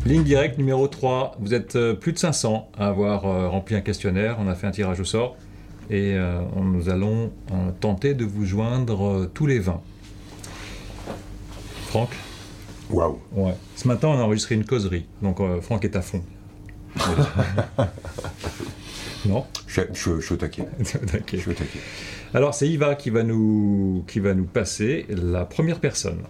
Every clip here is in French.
Ligne directe numéro 3, vous êtes plus de 500 à avoir rempli un questionnaire, on a fait un tirage au sort et nous allons tenter de vous joindre tous les 20. Franck ? Waouh. Ouais. Ce matin on a enregistré une causerie, donc Franck est à fond. Non ? Je suis au taquet. Okay. Je suis au taquet. Alors c'est Yva qui va nous passer la première personne.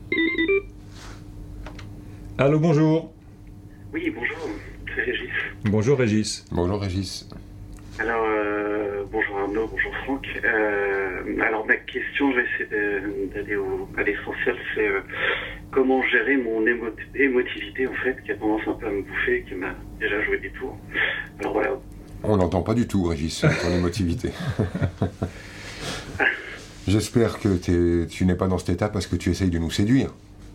Allô, bonjour. Oui, bonjour, c'est Régis. Bonjour Régis. Bonjour Régis. Alors, bonjour Arnaud, bonjour Franck. Alors ma question, je vais essayer d'aller à l'essentiel, c'est comment gérer mon émotivité en fait, qui a tendance un peu à me bouffer, qui m'a déjà joué des tours. Alors voilà. On n'entend pas du tout Régis, ton émotivité. J'espère que tu n'es pas dans cet état parce que tu essayes de nous séduire.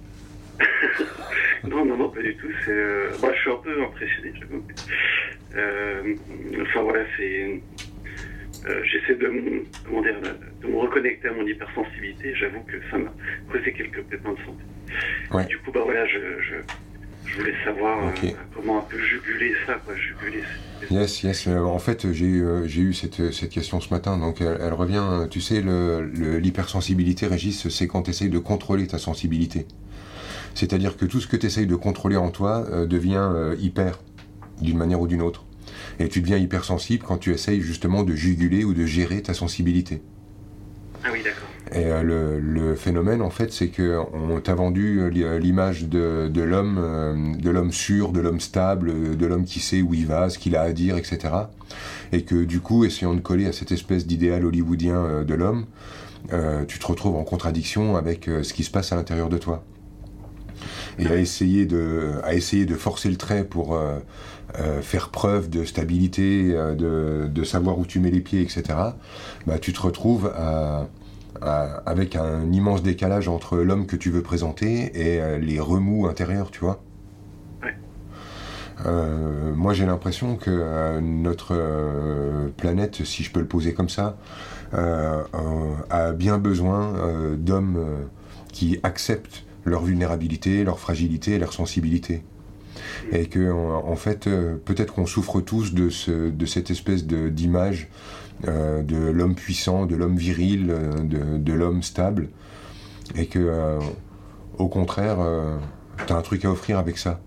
Non, pas du tout. Je suis un peu impressionné, j'avoue. Enfin voilà, j'essaie de me reconnecter à mon hypersensibilité. J'avoue que ça m'a causé quelques pépins de santé. Ouais. Du coup, voilà, je voulais savoir comment un peu juguler ça, quoi. Yes. En fait, j'ai eu cette question ce matin, donc elle revient. Tu sais, l'hypersensibilité, Régis, c'est quand tu essayes de contrôler ta sensibilité. C'est-à-dire que tout ce que tu essayes de contrôler en toi devient hyper, d'une manière ou d'une autre. Et tu deviens hypersensible quand tu essayes justement de juguler ou de gérer ta sensibilité. Ah oui, d'accord. Et le phénomène, en fait, c'est qu'on t'a vendu l'image de l'homme sûr, de l'homme stable, de l'homme qui sait où il va, ce qu'il a à dire, etc. Et que du coup, essayant de coller à cette espèce d'idéal hollywoodien de l'homme, tu te retrouves en contradiction avec ce qui se passe à l'intérieur de toi. Et à essayer de forcer le trait pour faire preuve de stabilité, de savoir où tu mets les pieds, etc., tu te retrouves avec un immense décalage entre l'homme que tu veux présenter et les remous intérieurs, tu vois. Ouais. Moi, j'ai l'impression que notre planète, si je peux le poser comme ça, a bien besoin d'hommes qui acceptent leur vulnérabilité, leur fragilité et leur sensibilité. Et que, en fait, peut-être qu'on souffre tous de cette espèce d'image de l'homme puissant, de l'homme viril, de l'homme stable. Et que, au contraire, t'as un truc à offrir avec ça.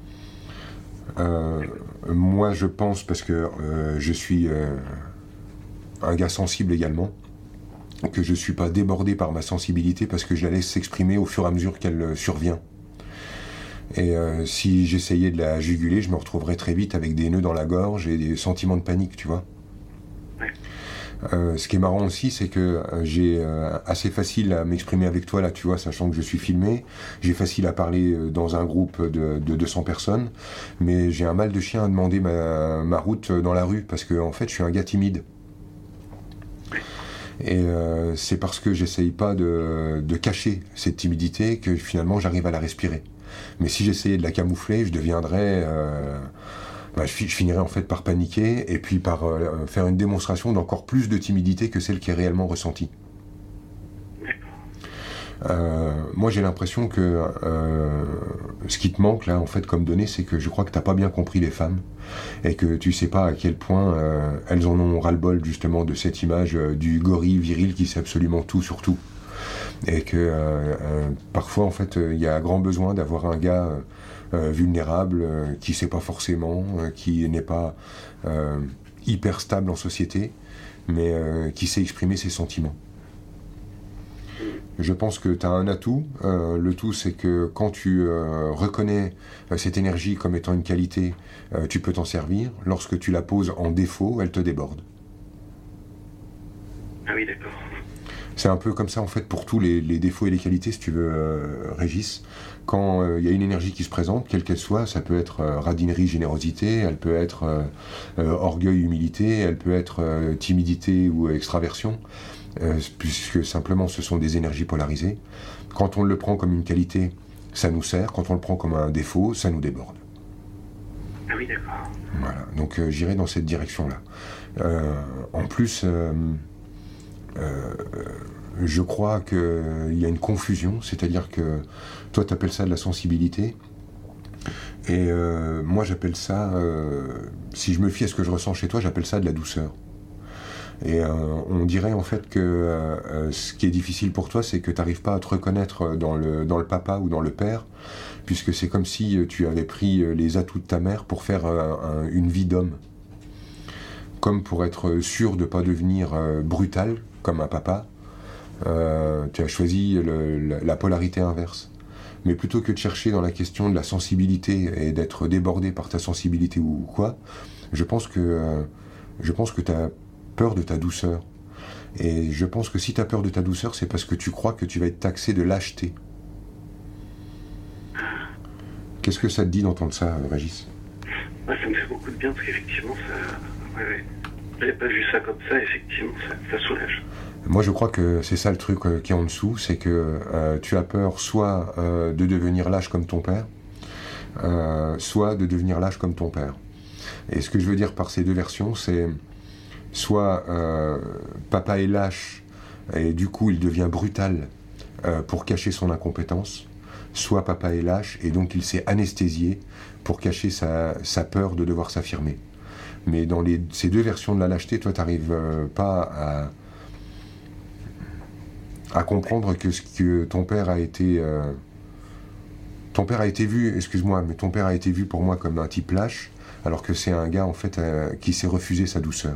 Moi, je pense, parce que je suis un gars sensible également, que je ne suis pas débordé par ma sensibilité parce que je la laisse s'exprimer au fur et à mesure qu'elle survient. Et si j'essayais de la juguler, je me retrouverais très vite avec des nœuds dans la gorge et des sentiments de panique, tu vois. Ce qui est marrant aussi, c'est que j'ai assez facile à m'exprimer avec toi, là, tu vois, sachant que je suis filmé. J'ai facile à parler dans un groupe de 200 personnes, mais j'ai un mal de chien à demander ma route dans la rue parce que, en fait, je suis un gars timide. Et c'est parce que j'essaye pas de cacher cette timidité que finalement j'arrive à la respirer. Mais si j'essayais de la camoufler, je deviendrais... je finirais en fait par paniquer et puis par faire une démonstration d'encore plus de timidité que celle qui est réellement ressentie. Moi j'ai l'impression que ce qui te manque là en fait comme donnée, c'est que je crois que t'as pas bien compris les femmes et que tu sais pas à quel point elles en ont ras-le-bol justement de cette image du gorille viril qui sait absolument tout sur tout. Et que parfois en fait il y a grand besoin d'avoir un gars vulnérable qui sait pas forcément, qui n'est pas hyper stable en société, mais qui sait exprimer ses sentiments. Je pense que tu as un atout. Le tout, c'est que quand tu reconnais cette énergie comme étant une qualité, tu peux t'en servir. Lorsque tu la poses en défaut, elle te déborde. Ah oui, d'accord. C'est un peu comme ça, en fait, pour tous les défauts et les qualités, si tu veux, Régis. Quand il y a une énergie qui se présente, quelle qu'elle soit, ça peut être radinerie, générosité, elle peut être orgueil, humilité, elle peut être timidité ou extraversion. Puisque simplement ce sont des énergies polarisées. Quand on le prend comme une qualité, ça nous sert. Quand on le prend comme un défaut, ça nous déborde. Ah oui, d'accord. Voilà, donc j'irai dans cette direction-là. En plus, je crois qu'il y a une confusion, c'est-à-dire que toi tu appelles ça de la sensibilité. Et moi j'appelle ça, si je me fie à ce que je ressens chez toi, j'appelle ça de la douceur. Et on dirait en fait que ce qui est difficile pour toi, c'est que tu n'arrives pas à te reconnaître dans le papa ou dans le père, puisque c'est comme si tu avais pris les atouts de ta mère pour faire une vie d'homme. Comme pour être sûr de ne pas devenir brutal, comme un papa, tu as choisi la polarité inverse. Mais plutôt que de chercher dans la question de la sensibilité et d'être débordé par ta sensibilité ou quoi, je pense que tu as peur de ta douceur. Et je pense que si tu as peur de ta douceur, c'est parce que tu crois que tu vas être taxé de lâcheté. Qu'est-ce que ça te dit d'entendre ça, Régis? Ouais, ça me fait beaucoup de bien, parce qu'effectivement, ça... Ouais. J'avais pas vu ça comme ça, effectivement, ça soulage. Moi, je crois que c'est ça le truc qui est en dessous, c'est que tu as peur soit de devenir lâche comme ton père, soit de devenir lâche comme ton père. Et ce que je veux dire par ces deux versions, c'est soit papa est lâche et du coup il devient brutal pour cacher son incompétence, soit papa est lâche et donc il s'est anesthésié pour cacher sa peur de devoir s'affirmer. Mais dans ces deux versions de la lâcheté, toi, tu n'arrives pas à comprendre que ton père a été... ton père a été vu, excuse-moi, mais ton père a été vu pour moi comme un type lâche, alors que c'est un gars, en fait, qui s'est refusé sa douceur.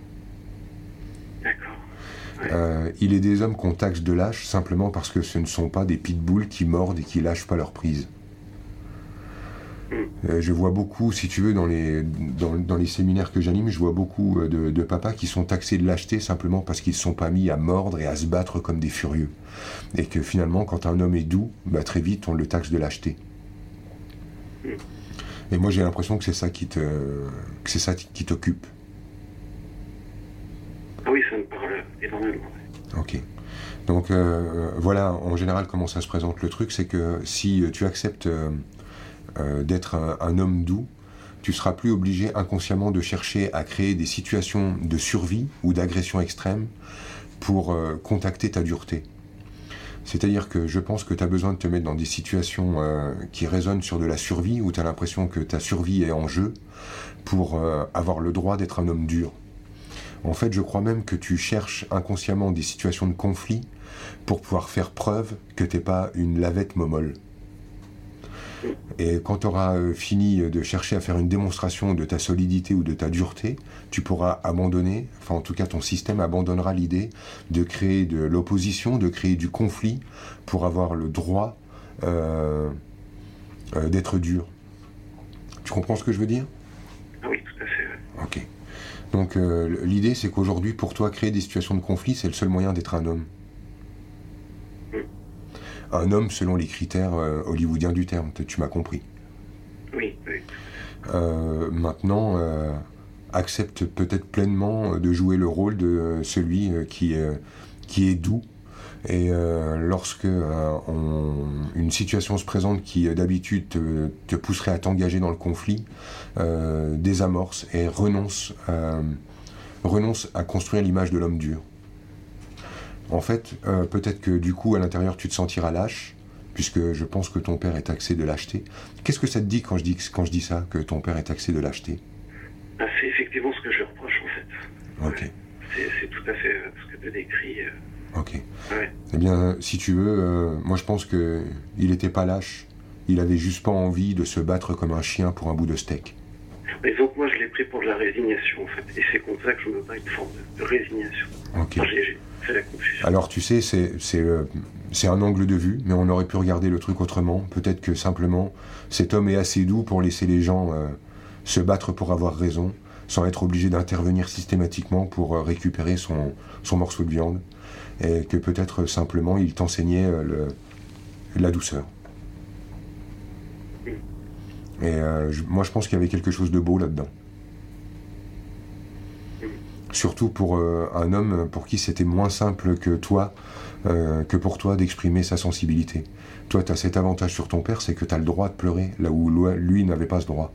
D'accord. Ouais. Il est des hommes qu'on taxe de lâches simplement parce que ce ne sont pas des pitbulls qui mordent et qui lâchent pas leur prise. Je vois beaucoup, si tu veux, dans les séminaires que j'anime, je vois beaucoup de papas qui sont taxés de lâcheté simplement parce qu'ils ne sont pas mis à mordre et à se battre comme des furieux. Et que finalement, quand un homme est doux, bah, très vite, on le taxe de lâcheté. Et moi, j'ai l'impression que c'est ça qui t'occupe. Ah oui, ça me parle énormément. Ok. Donc, voilà, en général, comment ça se présente le truc, c'est que si tu acceptes... d'être un homme doux, tu seras plus obligé inconsciemment de chercher à créer des situations de survie ou d'agression extrême pour contacter ta dureté. C'est-à-dire que je pense que tu as besoin de te mettre dans des situations qui résonnent sur de la survie, où tu as l'impression que ta survie est en jeu, pour avoir le droit d'être un homme dur. En fait, je crois même que tu cherches inconsciemment des situations de conflit pour pouvoir faire preuve que tu n'es pas une lavette momolle. Et quand tu auras fini de chercher à faire une démonstration de ta solidité ou de ta dureté, tu pourras abandonner, enfin en tout cas ton système abandonnera l'idée de créer de l'opposition, de créer du conflit pour avoir le droit d'être dur. Tu comprends ce que je veux dire? Ah oui, tout à fait. Ouais. Ok. Donc l'idée c'est qu'aujourd'hui pour toi créer des situations de conflit c'est le seul moyen d'être un homme. Un homme selon les critères hollywoodiens du terme, tu m'as compris. Oui, oui. Maintenant, accepte peut-être pleinement de jouer le rôle de celui qui est doux. Et lorsque une situation se présente qui d'habitude te pousserait à t'engager dans le conflit, désamorce et renonce à construire l'image de l'homme dur. En fait, peut-être que du coup, à l'intérieur, tu te sentiras lâche, puisque je pense que ton père est taxé de lâcheté. Qu'est-ce que ça te dit quand je dis ça, que ton père est taxé de lâcheté? Ah, c'est effectivement ce que je reproche, en fait. Ok. Ouais. C'est tout à fait ce que tu décris. Ok. Ouais. Eh bien, si tu veux, moi je pense qu'il n'était pas lâche. Il avait juste pas envie de se battre comme un chien pour un bout de steak. Mais donc moi, je l'ai pris pour de la résignation, en fait. Et c'est comme ça que je me bats une forme de résignation. Ok. Enfin, j'ai fait la confusion. Alors tu sais, c'est un angle de vue, mais on aurait pu regarder le truc autrement. Peut-être que simplement, cet homme est assez doux pour laisser les gens se battre pour avoir raison, sans être obligé d'intervenir systématiquement pour récupérer son morceau de viande. Et que peut-être simplement, il t'enseignait la douceur. Et moi, je pense qu'il y avait quelque chose de beau là-dedans. Surtout pour un homme pour qui c'était moins simple que pour toi d'exprimer sa sensibilité. Toi, tu as cet avantage sur ton père, c'est que tu as le droit de pleurer, là où lui n'avait pas ce droit.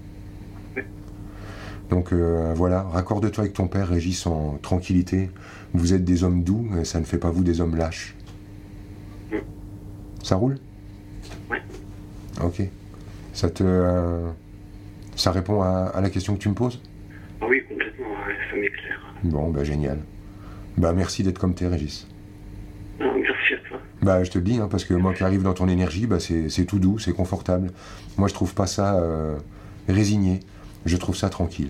Donc voilà, raccorde-toi avec ton père, Régis, en tranquillité. Vous êtes des hommes doux, et ça ne fait pas vous des hommes lâches. Ça roule? Ouais. Ok. Ça répond à la question que tu me poses? Oui, complètement, ouais, ça m'éclaire. Bon, bah génial. Bah merci d'être comme t'es, Régis. Non, merci à toi. Bah je te le dis, parce que moi qui arrive dans ton énergie, bah c'est tout doux, c'est confortable. Moi je trouve pas ça résigné, je trouve ça tranquille.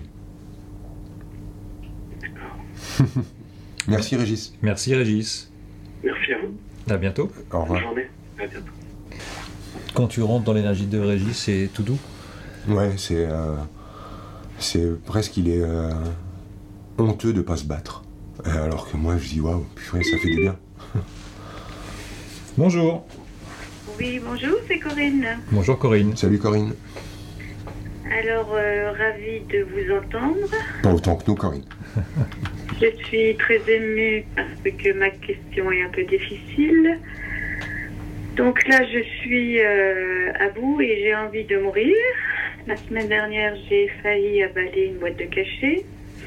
Merci Régis. Merci Régis. Merci à vous. À bientôt. Au revoir. Bonne journée. À bientôt. Quand tu rentres dans l'énergie de Régis, c'est tout doux. Ouais, c'est presque, il est honteux de pas se battre. Alors que moi je dis waouh, purée, ça fait du bien. Bonjour. Oui, bonjour, c'est Corinne. Bonjour Corinne. Salut Corinne. Alors, ravie de vous entendre. Pas autant que nous, Corinne. Je suis très émue parce que ma question est un peu difficile. Donc là, je suis à bout et j'ai envie de mourir. La semaine dernière, j'ai failli avaler une boîte de cachet.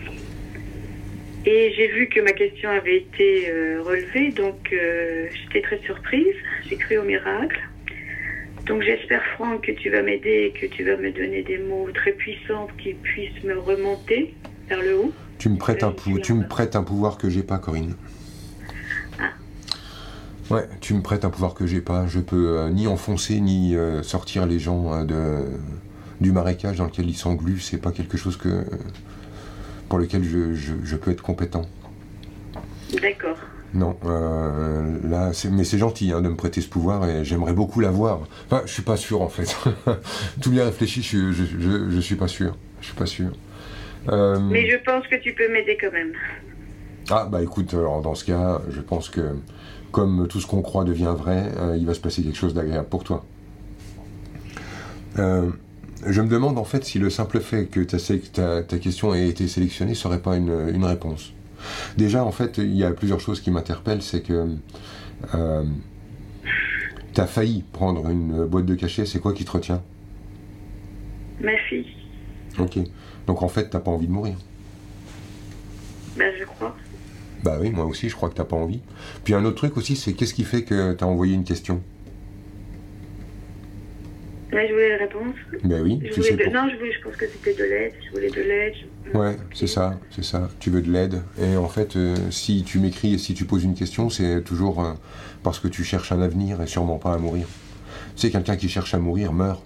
Et j'ai vu que ma question avait été relevée, donc j'étais très surprise. J'ai cru au miracle. Donc j'espère, Franck, que tu vas m'aider et que tu vas me donner des mots très puissants qui puissent me remonter vers le haut. Tu me prêtes un pouvoir que j'ai pas, Corinne. Ah. Ouais, tu me prêtes un pouvoir que j'ai pas. Je peux ni enfoncer ni sortir les gens du marécage dans lequel ils s'engluent. C'est pas quelque chose pour lequel je peux être compétent. D'accord. Non, là, mais c'est gentil de me prêter ce pouvoir et j'aimerais beaucoup l'avoir. Enfin, je suis pas sûr en fait. Tout bien réfléchi, je suis pas sûr. Je suis pas sûr. Mais je pense que tu peux m'aider quand même. Ah bah écoute, alors dans ce cas, je pense que comme tout ce qu'on croit devient vrai, il va se passer quelque chose d'agréable pour toi. Je me demande en fait si le simple fait que ta question ait été sélectionnée serait pas une réponse. Déjà en fait, il y a plusieurs choses qui m'interpellent, c'est que t'as failli prendre une boîte de cachet, c'est quoi qui te retient? Ma fille. Ok, donc en fait t'as pas envie de mourir. Ben, je crois. Bah oui, moi aussi je crois que t'as pas envie. Puis un autre truc aussi, c'est qu'est-ce qui fait que t'as envoyé une question? Là, je voulais la réponse. Ben oui, Non, je pense que c'était de l'aide. Je voulais de l'aide. Ouais, c'est ça. Tu veux de l'aide. Et en fait, si tu m'écris et si tu poses une question, c'est toujours parce que tu cherches un avenir et sûrement pas à mourir. Tu sais, quelqu'un qui cherche à mourir meurt.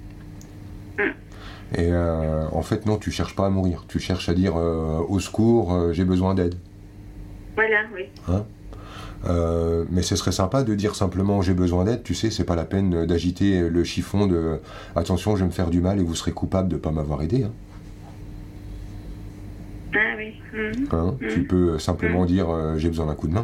Et en fait, non, tu cherches pas à mourir. Tu cherches à dire au secours, j'ai besoin d'aide. Voilà, oui. Hein? Mais ce serait sympa de dire simplement j'ai besoin d'aide, tu sais, c'est pas la peine d'agiter le chiffon de attention, je vais me faire du mal et vous serez coupable de pas m'avoir aidé. Hein. Ah oui. Tu peux simplement dire j'ai besoin d'un coup de main.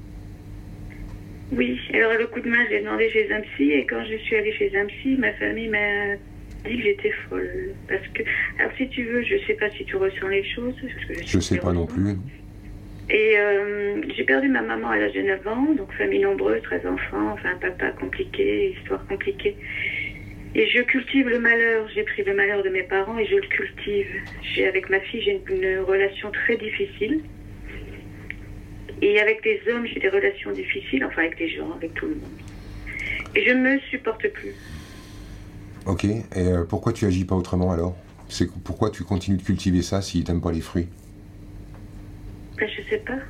Oui, alors le coup de main, j'ai demandé chez un psy et quand je suis allée chez un psy, ma famille m'a dit que j'étais folle. Parce que, alors si tu veux, je sais pas si tu ressens les choses. Parce que je sais pas non plus. Et j'ai perdu ma maman à l'âge de 9 ans, donc famille nombreuse, 13 enfants, enfin papa compliqué, histoire compliquée. Et je cultive le malheur, j'ai pris le malheur de mes parents et je le cultive. Avec ma fille, j'ai une relation très difficile. Et avec les hommes, j'ai des relations difficiles, enfin avec les gens, avec tout le monde. Et je ne me supporte plus. Ok, et pourquoi tu agis pas autrement alors? Pourquoi tu continues de cultiver ça si t'aimes pas les fruits? Ben, je sais pas.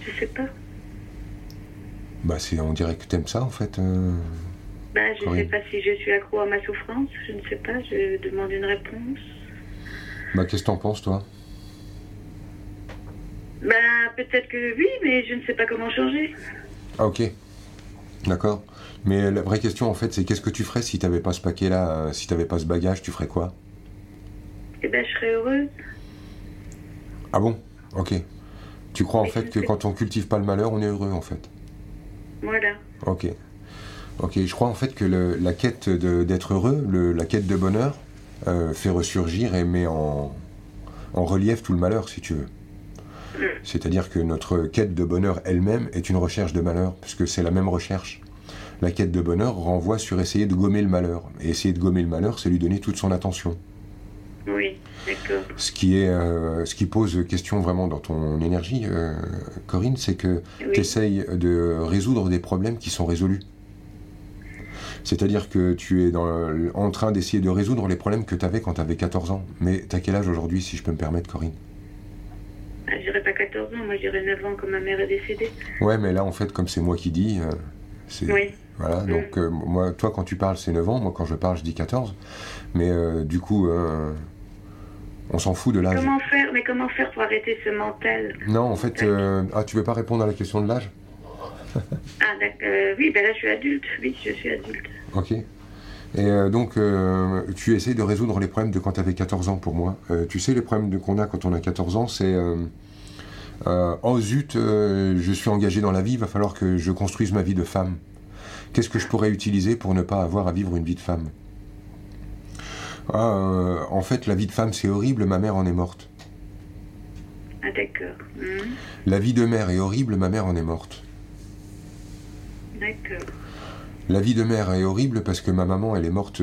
Bah on dirait que t'aimes ça en fait. Ben, je sais pas si je suis accro à ma souffrance, je ne sais pas, je demande une réponse. Bah qu'est-ce que t'en penses toi? Ben peut-être que oui, mais je ne sais pas comment changer. Ah ok, d'accord. Mais la vraie question en fait c'est qu'est-ce que tu ferais si t'avais pas ce paquet là, si t'avais pas ce bagage, tu ferais quoi? Eh ben je serais heureuse. Ah bon? Ok. Tu crois en fait que quand on cultive pas le malheur, on est heureux en fait? Voilà. Ok, je crois en fait que la quête d'être heureux, la quête de bonheur, fait ressurgir et met en relief tout le malheur, si tu veux. C'est-à-dire que notre quête de bonheur elle-même est une recherche de malheur, puisque c'est la même recherche. La quête de bonheur renvoie sur essayer de gommer le malheur. Et essayer de gommer le malheur, c'est lui donner toute son attention. Oui, d'accord. Ce qui pose question vraiment dans ton énergie, Corinne, c'est que tu essayes de résoudre des problèmes qui sont résolus. C'est-à-dire que tu es en train d'essayer de résoudre les problèmes que tu avais quand tu avais 14 ans. Mais t'as quel âge aujourd'hui, si je peux me permettre, Corinne? Je dirais pas 14 ans, moi je dirais 9 ans quand ma mère est décédée. Ouais, mais là, en fait, comme c'est moi qui dis, Oui. Voilà, donc moi, toi, quand tu parles, c'est 9 ans. Moi, quand je parle, je dis 14. Mais du coup, on s'en fout de l'âge. Comment faire pour arrêter ce mental? Non, en fait, tu veux pas répondre à la question de l'âge? Ah, d'accord. Oui, ben là, je suis adulte. Oui, je suis adulte. Ok. Et donc, tu essaies de résoudre les problèmes de quand tu avais 14 ans, pour moi. Tu sais, les problèmes qu'on a quand on a 14 ans, c'est... oh zut, je suis engagé dans la vie, il va falloir que je construise ma vie de femme. Qu'est-ce que je pourrais utiliser pour ne pas avoir à vivre une vie de femme? En fait, la vie de femme, c'est horrible, ma mère en est morte. Ah, d'accord. La vie de mère est horrible, ma mère en est morte. D'accord. La vie de mère est horrible parce que ma maman, elle est morte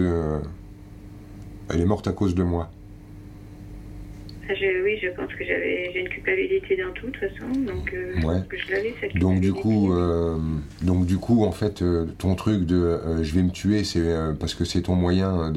à cause de moi. Oui, je pense que j'ai une culpabilité dans tout, de toute façon, donc je pense que je l'avais, cette culpabilité. Donc du coup, en fait, ton truc de je vais me tuer, c'est parce que c'est ton moyen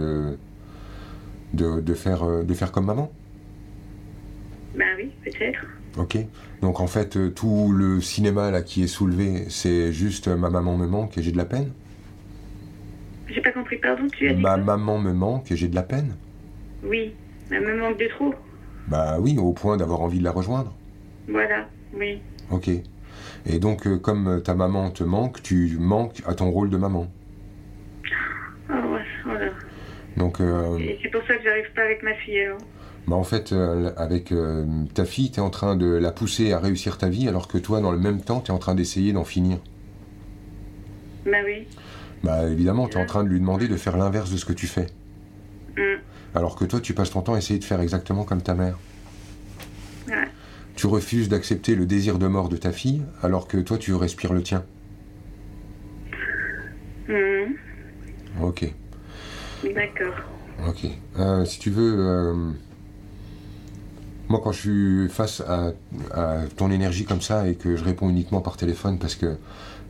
de faire comme maman? Ben oui, peut-être. Ok. Donc en fait, tout le cinéma là qui est soulevé, c'est juste ma maman me manque et j'ai de la peine? J'ai pas compris, pardon, tu as dit Ma quoi? maman me manque et j'ai de la peine? Oui, elle me manque de trop. Bah oui, au point d'avoir envie de la rejoindre. Voilà, oui. Ok. Et donc, comme ta maman te manque, tu manques à ton rôle de maman. Oh, ouais, voilà. Donc, Et c'est pour ça que j'arrive pas avec ma fille, alors. Bah en fait, avec ta fille, tu es en train de la pousser à réussir ta vie, alors que toi, dans le même temps, tu es en train d'essayer d'en finir. Bah oui. Bah évidemment, tu es en train de lui demander de faire l'inverse de ce que tu fais. Alors que toi, tu passes ton temps à essayer de faire exactement comme ta mère. Ouais. Tu refuses d'accepter le désir de mort de ta fille, alors que toi, tu respires le tien. Ok. D'accord. Ok. Si tu veux... Moi, quand je suis face à ton énergie comme ça et que je réponds uniquement par téléphone parce que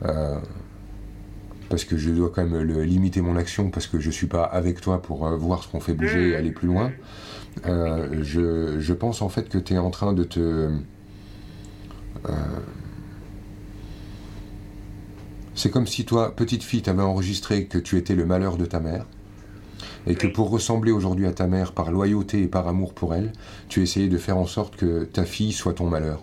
je dois quand même limiter mon action parce que je suis pas avec toi pour voir ce qu'on fait bouger et aller plus loin, je pense en fait que tu es en train de te... c'est comme si toi, petite fille, tu avais enregistré que tu étais le malheur de ta mère et que pour ressembler aujourd'hui à ta mère par loyauté et par amour pour elle, tu essayais de faire en sorte que ta fille soit ton malheur.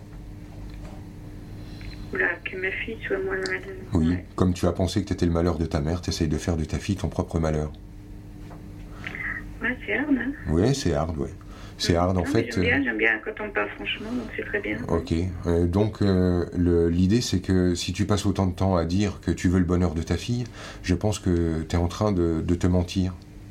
Oula, que ma fille soit moi le malheur. Oui, Ouais. comme tu as pensé que tu étais le malheur de ta mère, tu essayes de faire de ta fille ton propre malheur. Ouais, c'est hard, hein. Oui, c'est hard, ouais. C'est hard, en Non, fait... mais j'aime bien quand on me parle franchement, donc c'est très bien. Ok, donc l'idée c'est que si tu passes autant de temps à dire que tu veux le bonheur de ta fille, je pense que tu es en train de te mentir.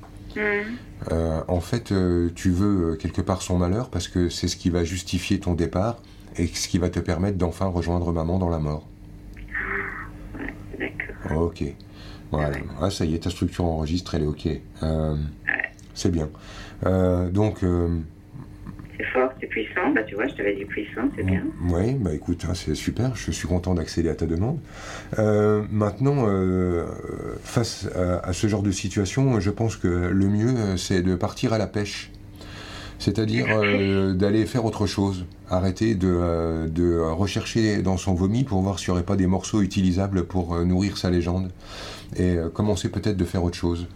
En fait, tu veux quelque part son malheur parce que c'est ce qui va justifier ton départ et ce qui va te permettre d'enfin rejoindre maman dans la mort. Ouais, d'accord. Ok, voilà. Ah, ça y est, ta structure enregistre, elle est ok. C'est bien. Donc... c'est fort, c'est puissant, bah tu vois, je t'avais dit puissant, c'est bien. Oui, bah écoute, hein, c'est super, je suis content d'accéder à ta demande. Maintenant, face à ce genre de situation, je pense que le mieux, c'est de partir à la pêche. C'est-à-dire d'aller faire autre chose. Arrêter de rechercher dans son vomi pour voir s'il n'y aurait pas des morceaux utilisables pour nourrir sa légende. Et commencer peut-être de faire autre chose.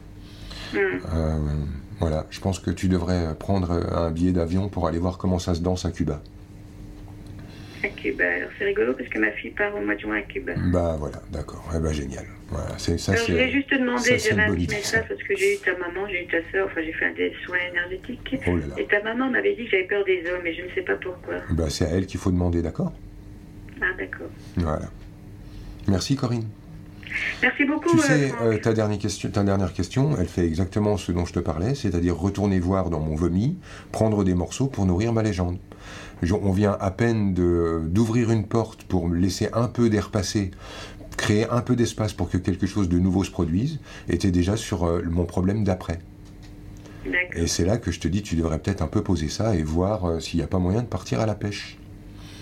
Voilà, je pense que tu devrais prendre un billet d'avion pour aller voir comment ça se danse à Cuba. À Cuba, alors c'est rigolo parce que ma fille part au mois de juin à Cuba. Bah voilà, d'accord, eh ben génial. Voilà, ça, alors je voulais juste te demander, j'avais un petit idée, message parce que j'ai eu ta maman, j'ai eu ta soeur, enfin j'ai fait des soins énergétiques. Oh là là. Et ta maman m'avait dit que j'avais peur des hommes et je ne sais pas pourquoi. Bah c'est à elle qu'il faut demander, d'accord? Ah d'accord. Voilà. Merci Corinne. Merci beaucoup. Tu sais, Franck. ta dernière question, elle fait exactement ce dont je te parlais, c'est-à-dire retourner voir dans mon vomi, prendre des morceaux pour nourrir ma légende. On vient à peine d'ouvrir une porte pour laisser un peu d'air passer, créer un peu d'espace pour que quelque chose de nouveau se produise, et t'es déjà sur mon problème d'après. D'accord. Et c'est là que je te dis, tu devrais peut-être un peu poser ça et voir s'il n'y a pas moyen de partir à la pêche.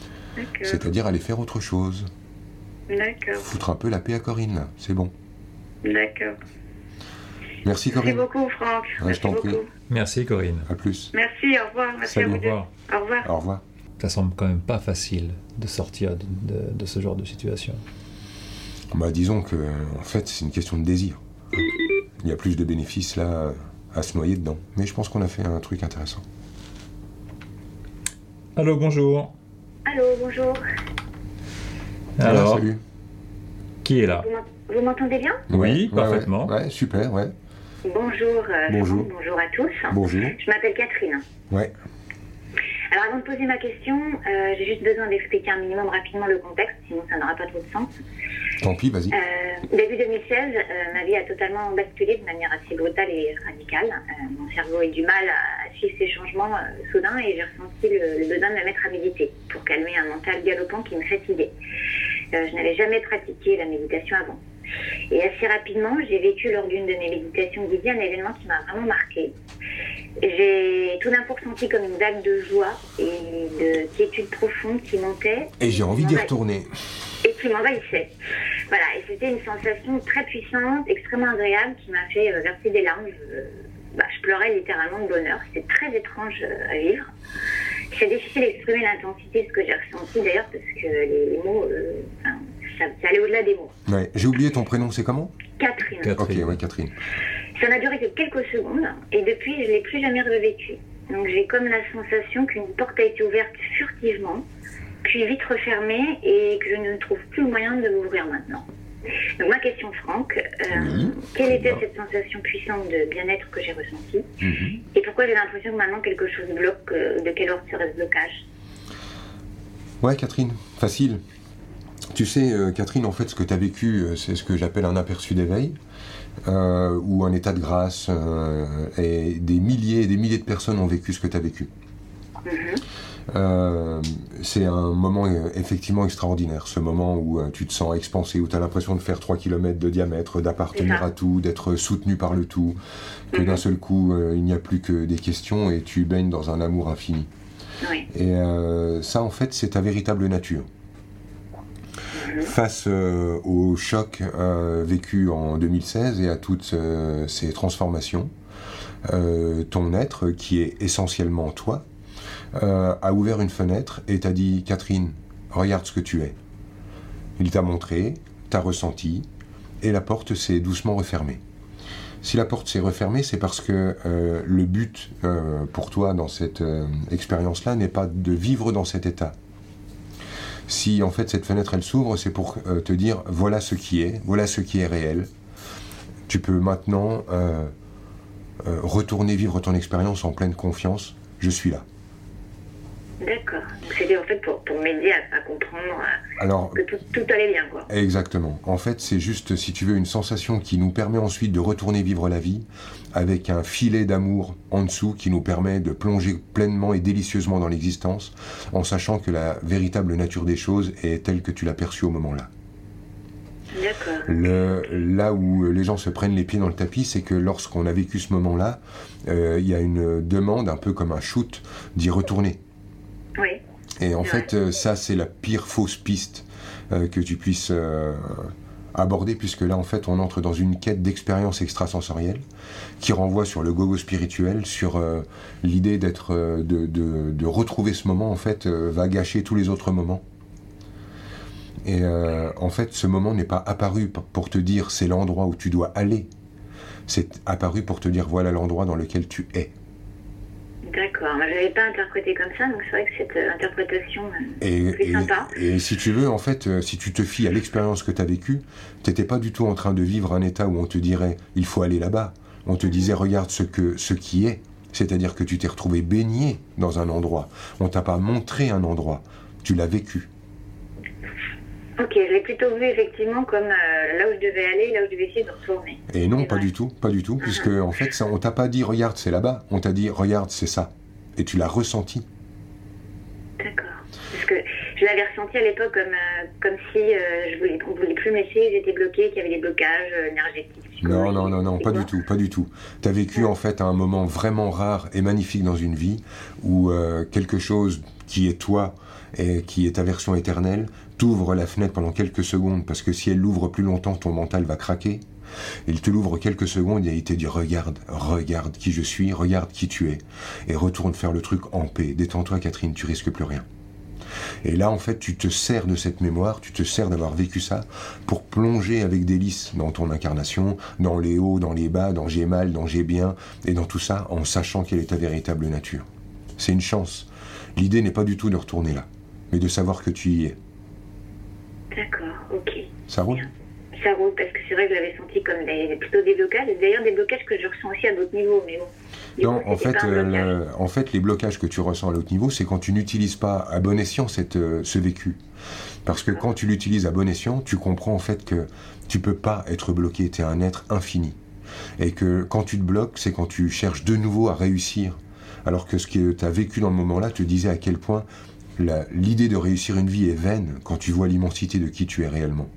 D'accord. C'est-à-dire aller faire autre chose. D'accord. Foutre un peu la paix à Corinne, là, c'est bon. D'accord. Merci Merci Corinne. beaucoup, Franck. Ouais, je Merci t'en prie. beaucoup. Merci Corinne. À plus. Merci, au revoir. Merci Salut, à au vous deux. revoir. Au revoir. Au revoir. Ça semble quand même pas facile de sortir de ce genre de situation. Bah, disons que, en fait, c'est une question de désir. Il y a plus de bénéfices là à se noyer dedans. Mais je pense qu'on a fait un truc intéressant. Allô, bonjour. Allô, bonjour. Alors, salut. qui est là? Vous m'entendez bien? Oui, Ouais, parfaitement. Ouais, super, ouais. Bonjour, Bonjour. Franck, bonjour à tous. Bonjour. Je m'appelle Catherine. Ouais. Alors avant de poser ma question, j'ai juste besoin d'expliquer un minimum rapidement le contexte, sinon ça n'aura pas trop de sens. Tant pis, vas-y. Début 2016, ma vie a totalement basculé de manière assez brutale et radicale. Mon cerveau a eu du mal à suivre ces changements soudains et j'ai ressenti le besoin de me mettre à méditer pour calmer un mental galopant qui me fatiguait. Je n'avais jamais pratiqué la méditation avant. Et assez rapidement, j'ai vécu lors d'une de mes méditations guidées un événement qui m'a vraiment marquée. J'ai tout d'un coup ressenti comme une vague de joie et de quiétude profonde qui montait. Et j'ai envie d'y retourner. Et qui m'envahissait. Voilà, et c'était une sensation très puissante, extrêmement agréable, qui m'a fait verser des larmes. Je pleurais littéralement de bonheur. C'était très étrange à vivre. C'est difficile d'exprimer l'intensité de ce que j'ai ressenti d'ailleurs, parce que les mots, ça allait au-delà des mots. Ouais. J'ai oublié ton prénom, c'est comment? Catherine. Catherine. Ok, ouais, Catherine. Ça n'a duré que quelques secondes, et depuis, je ne l'ai plus jamais revécu. Donc j'ai comme la sensation qu'une porte a été ouverte furtivement, puis vite refermée, et que je ne trouve plus le moyen de l'ouvrir maintenant. Donc ma question, Franck, Oui. quelle était cette sensation puissante de bien-être que j'ai ressentie, Mhm. et pourquoi j'ai l'impression que maintenant quelque chose bloque, de quel ordre serait ce blocage? Ouais, Catherine, facile. Tu sais, Catherine, en fait, ce que tu as vécu, c'est ce que j'appelle un aperçu d'éveil, ou un état de grâce, et des milliers et des milliers de personnes ont vécu ce que tu as vécu. C'est un moment effectivement extraordinaire, ce moment où tu te sens expansé, où tu as l'impression de faire 3 km de diamètre, d'appartenir à tout, d'être soutenu par le tout, que d'un seul coup, il n'y a plus que des questions et tu baignes dans un amour infini. Oui. Et ça, en fait, c'est ta véritable nature. Face au choc vécu en 2016 et à toutes ces transformations, ton être, qui est essentiellement toi, a ouvert une fenêtre et t'a dit « Catherine, regarde ce que tu es ». Il t'a montré, t'as ressenti, et la porte s'est doucement refermée. Si la porte s'est refermée, c'est parce que le but pour toi dans cette expérience-là n'est pas de vivre dans cet état. Si en fait cette fenêtre elle s'ouvre, c'est pour te dire voilà ce qui est réel. Tu peux maintenant retourner vivre ton expérience en pleine confiance. Je suis là. D'accord. Donc c'était en fait pour m'aider à comprendre Alors, que tout allait bien, quoi. Exactement. En fait, c'est juste, si tu veux, une sensation qui nous permet ensuite de retourner vivre la vie avec un filet d'amour en dessous qui nous permet de plonger pleinement et délicieusement dans l'existence en sachant que la véritable nature des choses est telle que tu l'as perçue au moment-là. D'accord. Là où les gens se prennent les pieds dans le tapis, c'est que lorsqu'on a vécu ce moment-là, il y a une demande, un peu comme un shoot, d'y retourner. Oui. Et en fait, ça, c'est la pire fausse piste que tu puisses aborder, puisque là, en fait, on entre dans une quête d'expérience extrasensorielle qui renvoie sur le gogo spirituel, sur l'idée d'être, de retrouver ce moment, en fait, va gâcher tous les autres moments. Et en fait, ce moment n'est pas apparu pour te dire c'est l'endroit où tu dois aller. C'est apparu pour te dire voilà l'endroit dans lequel tu es. D'accord, moi je l'avais pas interprété comme ça, donc c'est vrai que cette interprétation est plus sympa. Et si tu veux, en fait, si tu te fies à l'expérience que tu as vécue, tu n'étais pas du tout en train de vivre un état où on te dirait il faut aller là-bas. On te disait regarde ce qui est, c'est-à-dire que tu t'es retrouvé baigné dans un endroit. On t'a pas montré un endroit, tu l'as vécu. Ok, je l'ai plutôt vu effectivement comme là où je devais aller, là où je devais essayer de retourner. Et non, pas du tout, puisque en fait, ça, on t'a pas dit regarde c'est là-bas, on t'a dit regarde c'est ça, et tu l'as ressenti. D'accord, parce que je l'avais ressenti à l'époque comme si on voulait plus me laisser, j'étais bloquée, qu'il y avait des blocages énergétiques. Non, pas du tout. T'as vécu en fait un moment vraiment rare et magnifique dans une vie où quelque chose qui est toi et qui est ta version éternelle t'ouvre la fenêtre pendant quelques secondes parce que si elle l'ouvre plus longtemps, ton mental va craquer. Il te l'ouvre quelques secondes et il te dit regarde qui je suis, regarde qui tu es. Et retourne faire le truc en paix. Détends-toi Catherine, tu risques plus rien. Et là, en fait, tu te sers de cette mémoire, tu te sers d'avoir vécu ça pour plonger avec délice dans ton incarnation, dans les hauts, dans les bas, dans j'ai mal, dans j'ai bien, et dans tout ça, en sachant quelle est ta véritable nature. C'est une chance. L'idée n'est pas du tout de retourner là, mais de savoir que tu y es. D'accord, ok. Ça roule ? Ça roule, parce que c'est vrai que j'avais senti comme plutôt des blocages, et d'ailleurs des blocages que je ressens aussi à d'autres niveaux, mais bon. Non, en fait, les blocages que tu ressens à l'autre niveau, c'est quand tu n'utilises pas à bon escient ce vécu. Parce que quand tu l'utilises à bon escient, tu comprends en fait que tu peux pas être bloqué, tu es un être infini. Et que quand tu te bloques, c'est quand tu cherches de nouveau à réussir. Alors que ce que tu as vécu dans le moment-là te disait à quel point l'idée de réussir une vie est vaine quand tu vois l'immensité de qui tu es réellement.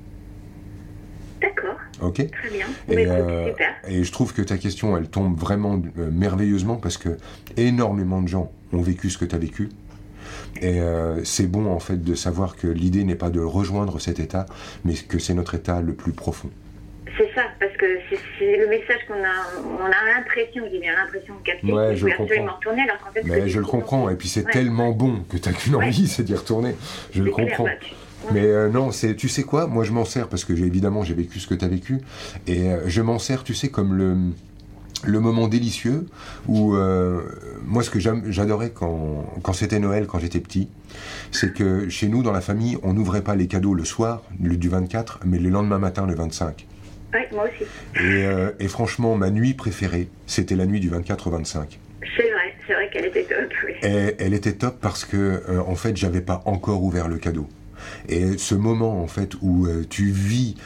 D'accord. Ok. Très bien. Super. Et je trouve que ta question, elle tombe vraiment merveilleusement parce que énormément de gens ont vécu ce que tu as vécu. Et c'est bon en fait de savoir que l'idée n'est pas de rejoindre cet état, mais que c'est notre état le plus profond. C'est ça, parce que c'est le message qu'on a. On a l'impression, j'ai bien l'impression de capter. Ouais, je vais absolument retourner alors qu'en fait. Mais je le comprends. Et puis c'est tellement bon que t'as qu'une envie, c'est d'y retourner. Je le comprends. Mais non, tu sais quoi, moi je m'en sers parce que évidemment j'ai vécu ce que tu as vécu et je m'en sers, tu sais, comme le moment délicieux où moi ce que j'adorais quand c'était Noël, quand j'étais petit, c'est que chez nous dans la famille on n'ouvrait pas les cadeaux le soir du 24 mais le lendemain matin le 25. Oui, moi aussi. Et franchement ma nuit préférée c'était la nuit du 24 au 25. C'est vrai qu'elle était top, oui. Et elle était top parce que en fait j'avais pas encore ouvert le cadeau. Et ce moment en fait où tu vis,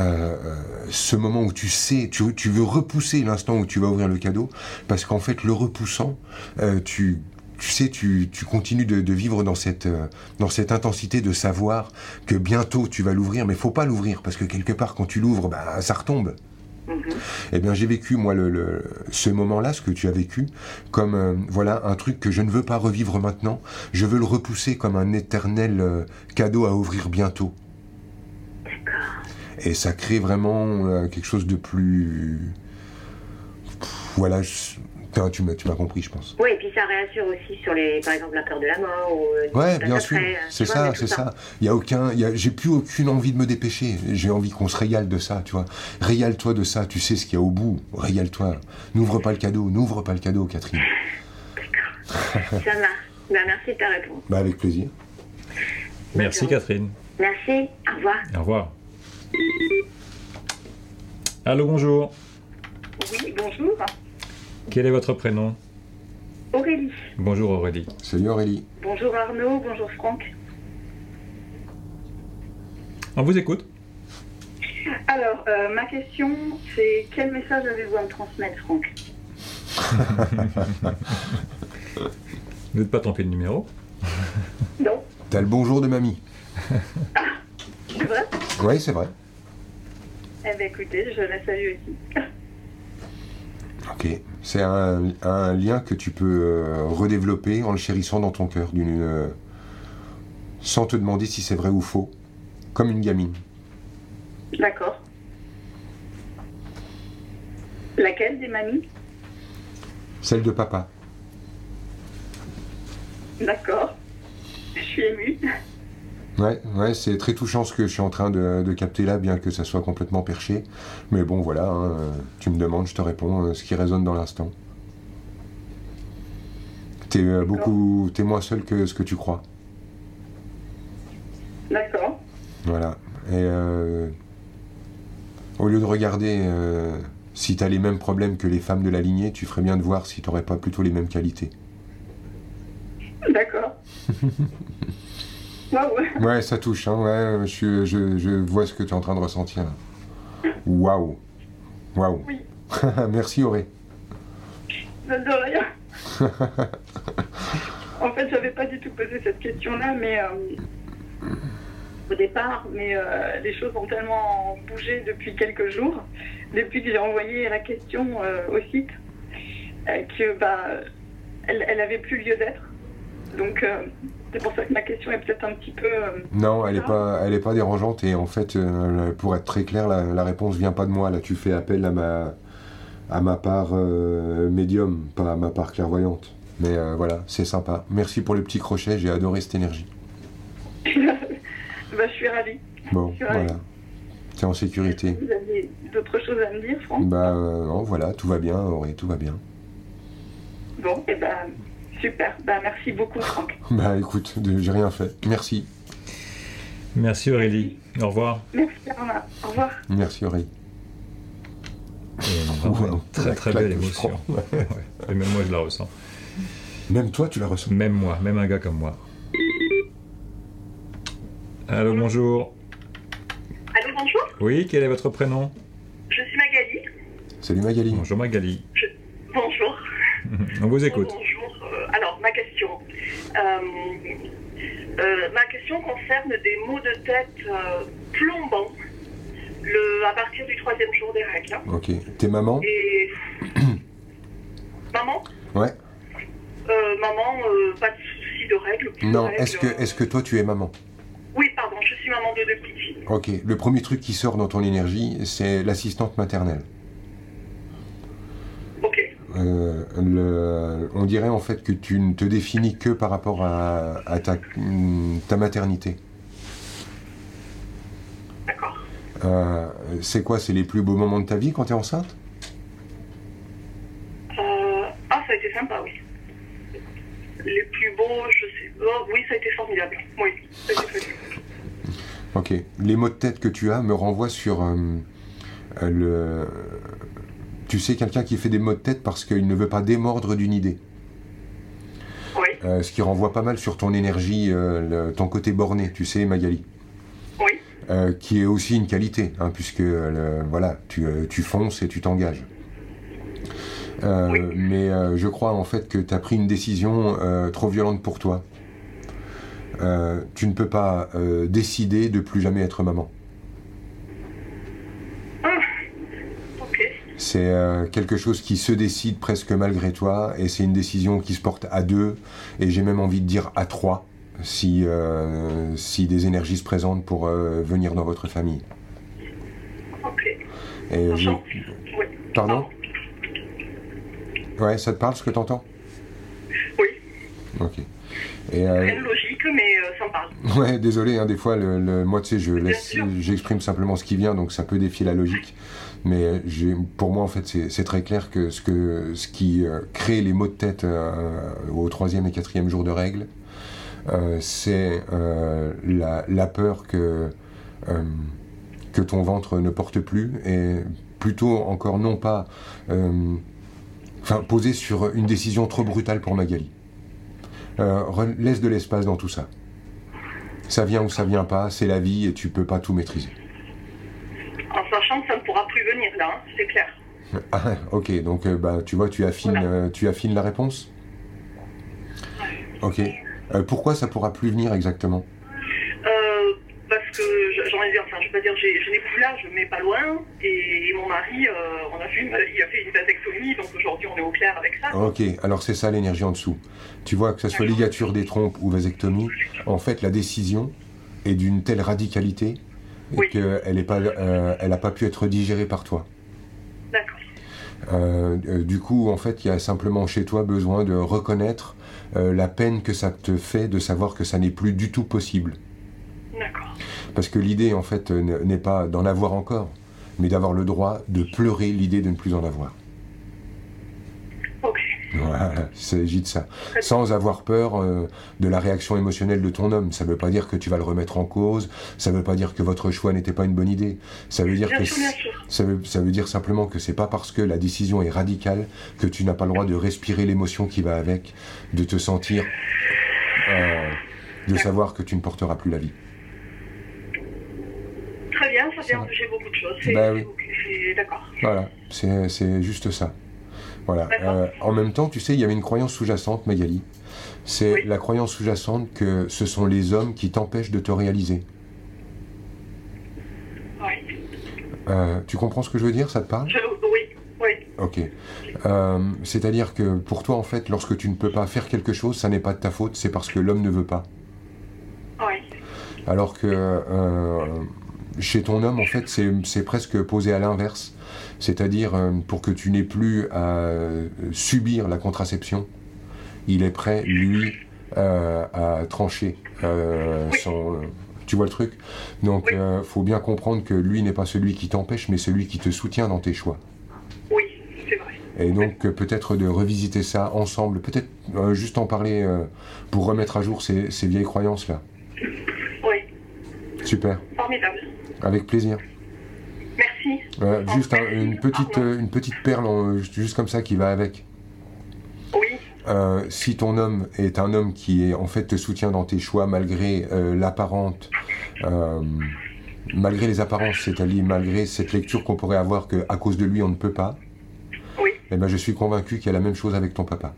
ce moment où tu sais, tu veux repousser l'instant où tu vas ouvrir le cadeau, parce qu'en fait le repoussant, tu sais, tu continues de vivre dans cette intensité de savoir que bientôt tu vas l'ouvrir, mais faut pas l'ouvrir parce que quelque part quand tu l'ouvres, bah ça retombe. Eh bien, j'ai vécu, moi, ce moment-là, ce que tu as vécu, comme, voilà, un truc que je ne veux pas revivre maintenant. Je veux le repousser comme un éternel cadeau à ouvrir bientôt. D'accord. Et ça crée vraiment quelque chose de plus... Voilà, tu m'as compris, je pense. Oui, et puis ça réassure aussi sur, par exemple, la peur de la mort. Ouais, bien sûr, c'est ça. J'ai plus aucune envie de me dépêcher. J'ai envie qu'on se régale de ça, tu vois. Régale-toi de ça, tu sais ce qu'il y a au bout. Régale-toi. N'ouvre pas le cadeau, Catherine. D'accord. Ça marche. Merci de ta réponse. Avec plaisir. Merci, Catherine. Merci. Au revoir. Au revoir. Allô, bonjour. Oui, bonjour. Quel est votre prénom ? Aurélie. Bonjour Aurélie. Salut Aurélie. Bonjour Arnaud, bonjour Franck. On vous écoute. Alors, ma question, c'est quel message avez-vous à me transmettre, Franck ? Vous n'êtes pas trompé de numéro ? Non. T'as le bonjour de mamie. Ah, c'est vrai ? Oui, c'est vrai. Eh bien écoutez, je la salue aussi. Ok, c'est un lien que tu peux redévelopper en le chérissant dans ton cœur, sans te demander si c'est vrai ou faux, comme une gamine. D'accord. Laquelle des mamies ? Celle de papa. D'accord. Je suis émue. Ouais, c'est très touchant ce que je suis en train de capter là, bien que ça soit complètement perché. Mais bon, voilà, hein, tu me demandes, je te réponds, ce qui résonne dans l'instant. T'es moins seul que ce que tu crois. D'accord. Voilà. Et au lieu de regarder si t'as les mêmes problèmes que les femmes de la lignée, tu ferais bien de voir si t'aurais pas plutôt les mêmes qualités. D'accord. Waouh. Ouais, ça touche, hein, ouais, je vois ce que tu es en train de ressentir là. Waouh. Oui. Merci Auré. De rien. En fait, j'avais pas du tout posé cette question-là, mais au départ, mais les choses ont tellement bougé depuis quelques jours, depuis que j'ai envoyé la question au site, que elle avait plus lieu d'être. Donc, c'est pour ça que ma question est peut-être un petit peu... Non, elle est pas dérangeante et en fait, pour être très clair, la réponse vient pas de moi. Là, tu fais appel à ma part médium, pas à ma part clairvoyante. Mais voilà, c'est sympa. Merci pour le petit crochet, j'ai adoré cette énergie. Je suis ravie. Bon, voilà. T'es en sécurité. Vous avez d'autres choses à me dire, Franck? Non, voilà, tout va bien, Auré, tout va bien. Bon, et super. Merci beaucoup, Franck. Écoute, j'ai rien fait. Merci. Merci Aurélie. Au revoir. Merci, Arna. Au revoir. Merci, Aurélie. Et vraiment une très très belle émotion. Ouais. Et même moi je la ressens. Même toi tu la ressens? Même moi, même un gars comme moi. Allô, bonjour. Allô, bonjour. Oui, quel est votre prénom? Je suis Magali. Salut Magali. Bonjour Magali. Bonjour. On vous écoute. Bonjour. Alors, ma question. Ma question concerne des maux de tête plombants à partir du 3e jour des règles. Hein. Ok. T'es maman? Et... Maman? Ouais. Maman, pas de soucis de règles. Non, de règles, est-ce que toi tu es maman? Oui, pardon, je suis maman de 2 petites filles. Ok. Le premier truc qui sort dans ton énergie, c'est l'assistante maternelle. Ok. On dirait en fait que tu ne te définis que par rapport à ta maternité. D'accord. C'est quoi? C'est les plus beaux moments de ta vie quand tu es enceinte? Ça a été sympa, oui. Les plus beaux, je sais. Oh, oui, ça a été formidable. Oui, ça a été fabuleux. Ok. Les maux de tête que tu as me renvoient sur Tu sais, quelqu'un qui fait des maux de tête parce qu'il ne veut pas démordre d'une idée. Oui. Ce qui renvoie pas mal sur ton énergie, ton côté borné, tu sais, Magali. Oui. Qui est aussi une qualité, hein, puisque voilà, tu fonces et tu t'engages. Oui. Mais je crois en fait que tu as pris une décision trop violente pour toi. Tu ne peux pas décider de plus jamais être maman. Ok. C'est quelque chose qui se décide presque malgré toi, et c'est une décision qui se porte à 2, et j'ai même envie de dire à 3, si des énergies se présentent pour venir dans votre famille. Ok. Et Oui. Pardon? Ouais, ça te parle ce que t'entends? Oui. Ok. Et Rien de logique, mais ça me parle. ouais, désolé, hein, des fois, moi, tu sais, Bien sûr. j'exprime simplement ce qui vient, donc ça peut défier la logique. Mais pour moi, en fait, c'est très clair que ce qui crée les maux de tête au 3e et 4e jour de règle, c'est la peur que ton ventre ne porte plus, et plutôt encore non pas... posé sur une décision trop brutale pour Magali. Laisse de l'espace dans tout ça. Ça vient ou ça vient pas, c'est la vie et tu peux pas tout maîtriser. En sachant que ça ne pourra plus venir là, hein, c'est clair. Ah, ok, donc tu vois, tu affines la réponse. Ok. Pourquoi ça pourra plus venir exactement? Parce que j'en ai dit, enfin je vais pas dire, je n'ai plus l'âge, mais pas loin. Et mon mari, il a fait une vasectomie, donc aujourd'hui on est au clair avec ça. Ok, alors c'est ça l'énergie en dessous. Tu vois, que ce soit ligature des trompes ou vasectomie, en fait la décision est d'une telle radicalité Oui. qu'elle n'a pas pu être digérée par toi. D'accord. Du coup, en fait, il y a simplement chez toi besoin de reconnaître la peine que ça te fait de savoir que ça n'est plus du tout possible. D'accord. Parce que l'idée, en fait, n'est pas d'en avoir encore, mais d'avoir le droit de pleurer l'idée de ne plus en avoir. Ok. Voilà, il s'agit de ça. Sans avoir peur de la réaction émotionnelle de ton homme. Ça ne veut pas dire que tu vas le remettre en cause, ça ne veut pas dire que votre choix n'était pas une bonne idée. Ça veut dire Bien que sûr, bien sûr. ça veut dire simplement que c'est pas parce que la décision est radicale que tu n'as pas le droit de respirer l'émotion qui va avec, de te sentir, de savoir que tu ne porteras plus la vie. Très bien, ça vient j'ai beaucoup de choses. Oui. C'est d'accord. Voilà, c'est juste ça. Voilà. En même temps, tu sais, il y avait une croyance sous-jacente, Magali. C'est la croyance sous-jacente que ce sont les hommes qui t'empêchent de te réaliser. Oui. Tu comprends ce que je veux dire? Ça te parle? Oui. Ok. C'est-à-dire que pour toi, en fait, lorsque tu ne peux pas faire quelque chose, ça n'est pas de ta faute, c'est parce que l'homme ne veut pas. Oui. Alors que chez ton homme, en fait, c'est presque posé à l'inverse. C'est-à-dire, pour que tu n'aies plus à subir la contraception, il est prêt, lui, à trancher son... Tu vois le truc? Donc, faut bien comprendre que lui n'est pas celui qui t'empêche, mais celui qui te soutient dans tes choix. Oui, c'est vrai. Et donc, peut-être de revisiter ça ensemble, peut-être juste en parler pour remettre à jour ces vieilles croyances-là. Oui. Super. Formidable. Avec plaisir. Merci. Juste une petite perle, juste comme ça, qui va avec. Oui. Si ton homme est un homme qui en fait te soutient dans tes choix malgré malgré les apparences, c'est-à-dire malgré cette lecture qu'on pourrait avoir qu'à cause de lui on ne peut pas, oui. Eh ben, je suis convaincu qu'il y a la même chose avec ton papa.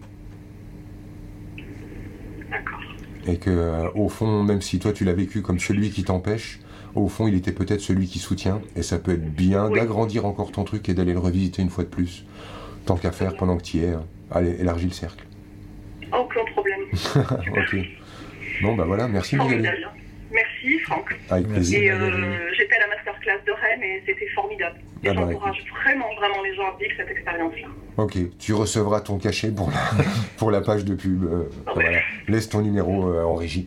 D'accord. Et que au fond, même si toi tu l'as vécu comme celui qui t'empêche, au fond il était peut-être celui qui soutient, et ça peut être bien d'agrandir encore ton truc et d'aller le revisiter une fois de plus, tant qu'à faire pendant que tu y es. Allez, élargis le cercle. Aucun problème. Ok. Bon, bah voilà, merci Magali. Merci Franck. Avec plaisir. Et j'étais à la masterclass de Rennes et c'était formidable. Et j'encourage vraiment les gens à vivre cette expérience-là. Ok, tu recevras ton cachet pour la page de pub. Voilà. Laisse ton numéro en régie.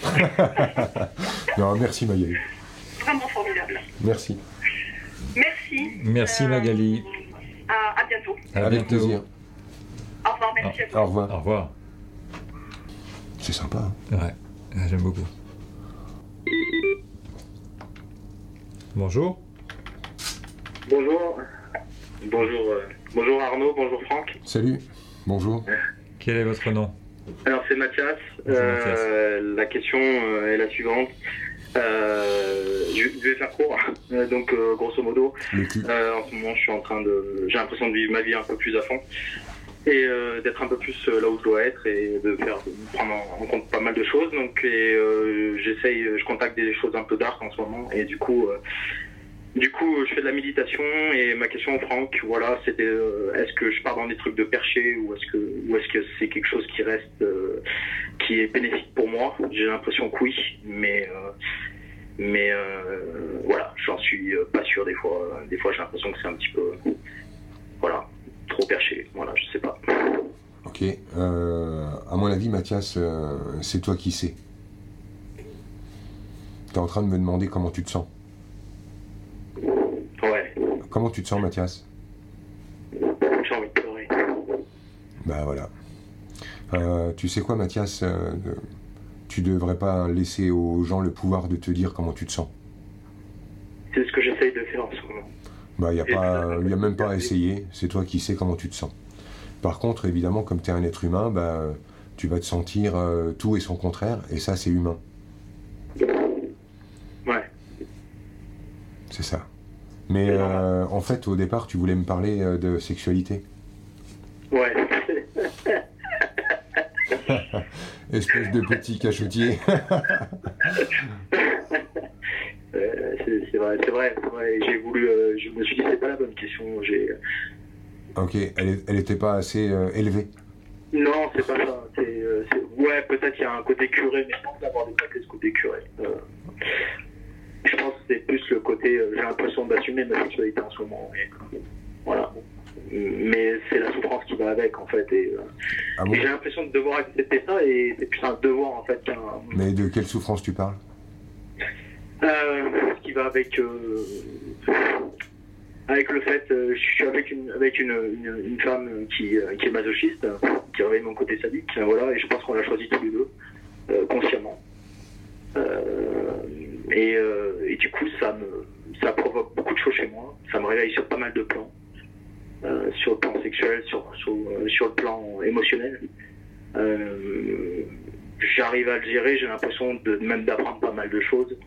Non, merci Magali. Vraiment formidable. Merci. Merci. Merci Magali. À bientôt. Avec plaisir. Au revoir, merci à vous. Au revoir. Au revoir. C'est sympa. Ouais, j'aime beaucoup. Bonjour. Bonjour. Bonjour Arnaud, bonjour Franck. Salut. Bonjour. Quel est votre nom? Alors c'est Mathias. La question est la suivante. Je vais faire court. Donc grosso modo, Le cul. en ce moment j'ai l'impression de vivre ma vie un peu plus à fond. Et d'être un peu plus là où je dois être et de prendre en compte pas mal de choses. Donc je contacte des choses un peu dark en ce moment et du coup je fais de la méditation et ma question Franck, voilà, c'était est-ce que je pars dans des trucs de perché ou est-ce que c'est quelque chose qui reste qui est bénéfique pour moi? J'ai l'impression que oui, mais voilà, j'en suis pas sûr des fois. Des fois j'ai l'impression que c'est un petit peu voilà. Trop perché, voilà, je sais pas. Ok, à mon avis, Mathias, c'est toi qui sais. T'es en train de me demander comment tu te sens. Ouais. Comment tu te sens, Mathias? J'ai envie de pleurer. Bah voilà. Tu sais quoi, Mathias, tu devrais pas laisser aux gens le pouvoir de te dire comment tu te sens. C'est ce que j'essaye de faire en ce moment. Bah, il n'y a même pas à essayer, c'est toi qui sais comment tu te sens. Par contre, évidemment, comme tu es un être humain, bah, tu vas te sentir tout et son contraire, et ça, c'est humain. Ouais. C'est ça. Mais en fait, au départ, tu voulais me parler de sexualité. Ouais. Espèce de petit cachotier. C'est vrai. J'ai voulu, je me suis dit c'est pas la bonne question. Ok, elle était pas assez élevée. Non, c'est pas ça. Ouais, peut-être il y a un côté curé, mais je pense d'avoir dépassé ce côté curé. Je pense que c'est plus le côté, j'ai l'impression d'assumer ma sexualité en ce moment. Et, voilà. Mais c'est la souffrance qui va avec en fait. Et j'ai l'impression de devoir accepter ça et c'est plus un devoir en fait qu'un. Mais de quelle souffrance tu parles? Ce qui va avec le fait, je suis avec une femme qui est masochiste, qui réveille mon côté sadique, voilà, et je pense qu'on l'a choisi tous les deux, consciemment. Et du coup, ça provoque beaucoup de choses chez moi, ça me réveille sur pas mal de plans, sur le plan sexuel, sur le plan émotionnel. J'arrive à le gérer, j'ai l'impression même d'apprendre pas mal de choses.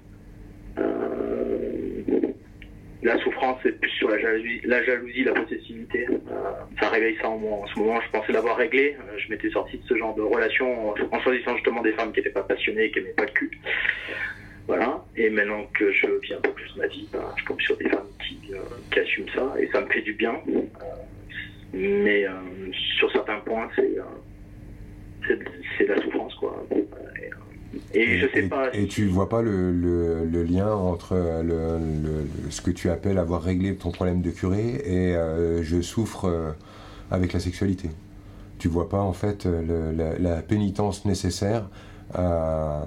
La souffrance, c'est plus sur la jalousie, la possessivité. Ça réveille ça en moi. En ce moment, je pensais l'avoir réglé. Je m'étais sorti de ce genre de relation en choisissant justement des femmes qui n'étaient pas passionnées et qui n'aimaient pas le cul. Voilà. Et maintenant que je vis un peu plus ma vie, je tombe sur des femmes qui assument ça et ça me fait du bien. Mais sur certains points, c'est de la souffrance, quoi. Et je sais pas. Et tu vois pas le lien entre ce que tu appelles avoir réglé ton problème de curé et je souffre avec la sexualité. Tu vois pas en fait la pénitence nécessaire à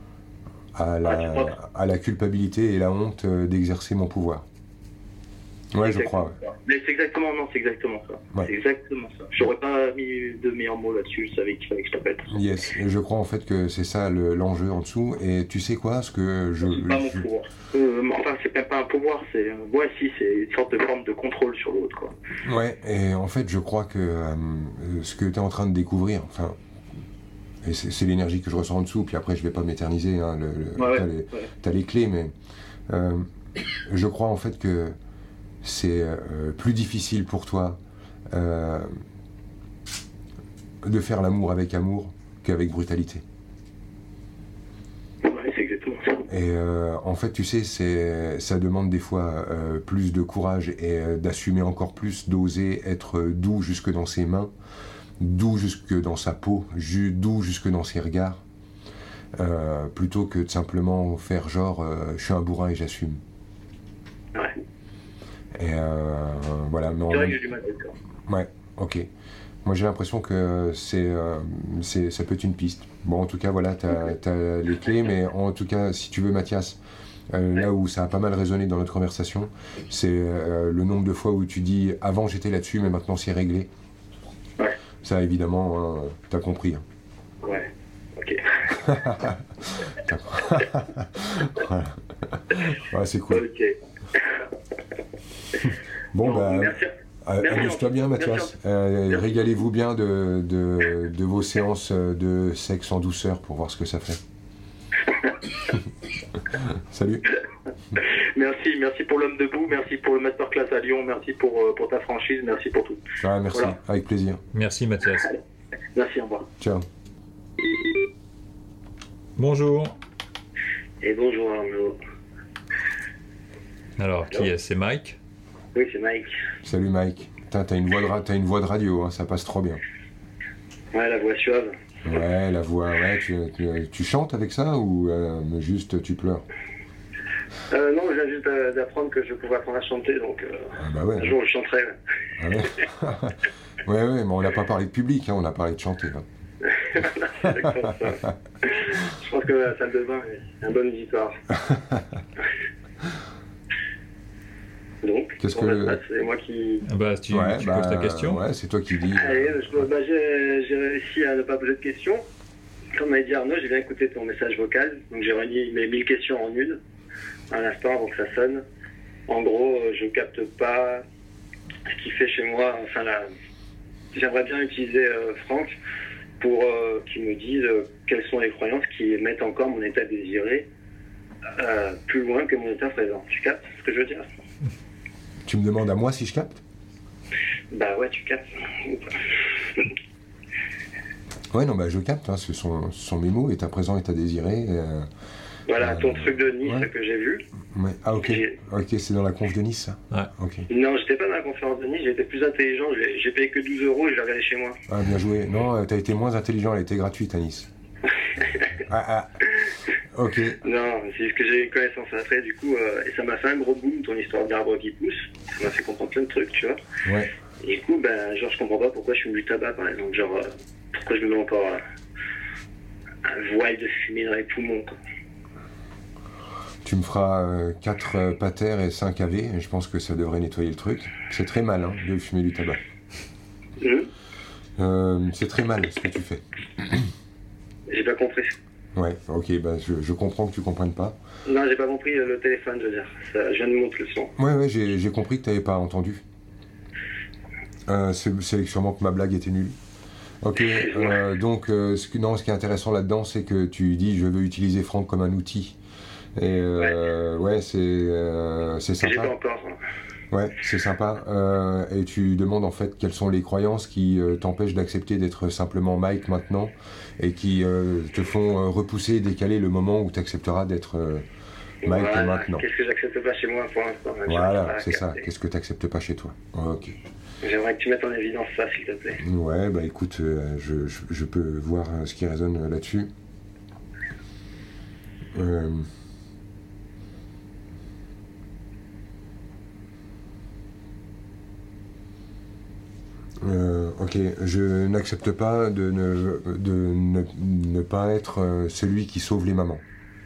la culpabilité et la honte d'exercer mon pouvoir. Ouais, je crois. Ouais. Mais c'est exactement ça. Ouais. C'est exactement ça. J'aurais pas mis de meilleurs mots là-dessus, je savais qu'il fallait que je t'appelle. Yes, et je crois en fait que c'est ça l'enjeu en dessous. Et tu sais quoi, ce que c'est pas mon pouvoir. Enfin, c'est même pas un pouvoir, c'est une sorte de forme de contrôle sur l'autre, quoi. Ouais, et en fait, je crois que ce que tu es en train de découvrir, enfin, et c'est l'énergie que je ressens en dessous, puis après je vais pas m'éterniser, hein, t'as les clés, mais je crois en fait que c'est plus difficile pour toi de faire l'amour avec amour qu'avec brutalité. Ouais, c'est exactement ça. Et en fait, tu sais, ça demande des fois plus de courage et d'assumer encore plus, d'oser être doux jusque dans ses mains, doux jusque dans sa peau, doux jusque dans ses regards, plutôt que de simplement faire genre je suis un bourrin et j'assume. Ouais. Et voilà. Mais c'est vrai que j'ai du mal avec ça. Ouais, ok. Moi j'ai l'impression que ça peut être une piste. Bon, en tout cas, voilà, t'as les clés, mais en tout cas, si tu veux, Mathias, là où ça a pas mal résonné dans notre conversation, c'est le nombre de fois où tu dis avant j'étais là-dessus, mais maintenant c'est réglé. Ouais. Ça, évidemment, t'as compris. Ouais, ok. Voilà. Ouais, c'est cool. Ok. Bon, merci. Amuse-toi bien, Mathias. Régalez-vous bien de vos séances de sexe en douceur pour voir ce que ça fait. Salut. Merci pour l'homme debout, merci pour le masterclass à Lyon, merci pour ta franchise, merci pour tout. Ah, merci, voilà. Avec plaisir. Merci Mathias. Allez. Merci, au revoir. Ciao. Bonjour. Et bonjour Arnaud. Alors, qui est-ce? C'est Mike? Oui, c'est Mike. Salut Mike. T'as une voix de radio, hein, ça passe trop bien. Ouais, la voix suave. Ouais, la voix, ouais. Tu chantes avec ça ou juste tu pleures? Non, je viens juste d'apprendre que je pouvais apprendre à chanter, donc ouais. Un jour je chanterai. Ah ouais. ouais, mais on n'a pas parlé de public, hein, on a parlé de chanter. Hein. C'est exactement ça. Je pense que la salle de bain est un bon auditoire. Donc, qu'est-ce que c'est moi qui... tu poses ta question. Ouais, c'est toi qui dis. Allez, j'ai réussi à ne pas poser de questions. Comme m'a dit Arnaud, j'ai bien écouté ton message vocal. Donc j'ai réuni mes 1000 questions en une, à l'instant, avant que ça sonne. En gros, je capte pas ce qu'il fait chez moi. Enfin, là, j'aimerais bien utiliser Franck pour qu'il me dise quelles sont les croyances qui mettent encore mon état désiré plus loin que mon état présent. Tu captes ce que je veux dire? Tu me demandes à moi si je capte? Bah ouais, tu captes. Ouais, non, je capte, hein, ce sont mes mots, état présent, état désiré. Voilà, ton truc de Nice que j'ai vu. Ouais. Ah, ok. Ok, c'est dans la conf de Nice, ça? Ouais. Ok. Non, j'étais pas dans la conférence de Nice, j'étais plus intelligent, j'ai payé que 12 € et j'ai regardé chez moi. Ah, bien joué. Non, t'as été moins intelligent, elle était gratuite à Nice. Ok. Non, c'est juste que j'ai eu connaissance après, du coup, et ça m'a fait un gros boom, ton histoire d'arbre qui pousse. Ça m'a fait comprendre plein de trucs, tu vois. Ouais. Et du coup, genre, je comprends pas pourquoi je fume du tabac, par exemple. Genre, pourquoi je me mets encore un voile de fumée dans les poumons, quoi. Tu me feras 4 patères et 5 AV, et je pense que ça devrait nettoyer le truc. C'est très mal, hein, de fumer du tabac. C'est très mal, ce que tu fais. J'ai pas compris. Ouais, ok, je comprends que tu comprennes pas. Non, j'ai pas compris le téléphone, je veux dire. Ça, je viens de monter le son. Ouais, j'ai compris que t'avais pas entendu. C'est sûrement que ma blague était nulle. Ok, donc ce qui est intéressant là-dedans, c'est que tu dis je veux utiliser Franck comme un outil. Et ouais, c'est sympa. J'ai pas encore. Ouais, c'est sympa. Et tu demandes en fait quelles sont les croyances qui t'empêchent d'accepter d'être simplement Mike maintenant et qui te font repousser et décaler le moment où tu accepteras d'être Mike maintenant. Qu'est-ce que j'accepte pas chez moi pour l'instant? Voilà, c'est ça. Qu'est-ce que tu n'acceptes pas chez toi? Ok. J'aimerais que tu mettes en évidence ça, s'il te plaît. Ouais, bah écoute, je peux voir ce qui résonne là-dessus. Ok, je n'accepte pas de ne pas être celui qui sauve les mamans.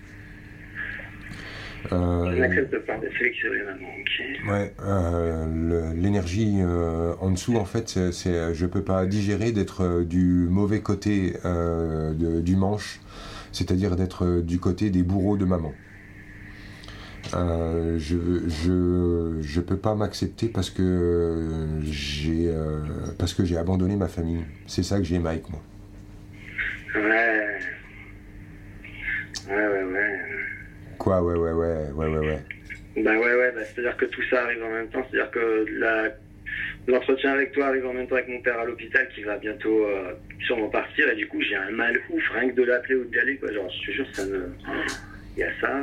Je n'accepte pas d'être celui qui sauve les mamans, ok. Ouais, l'énergie en dessous, en fait, je peux pas digérer d'être du mauvais côté du manche, c'est-à-dire d'être du côté des bourreaux de maman. Je peux pas m'accepter parce que j'ai abandonné ma famille. C'est ça que j'ai, Mike, moi. Ouais. Quoi, ouais. Bah c'est-à-dire que tout ça arrive en même temps. C'est-à-dire que l'entretien avec toi arrive en même temps avec mon père à l'hôpital qui va bientôt sûrement partir. Et du coup, j'ai un mal ouf, rien que de l'appeler ou d'y aller, quoi. Genre, je te jure, ça me... Il y a ça...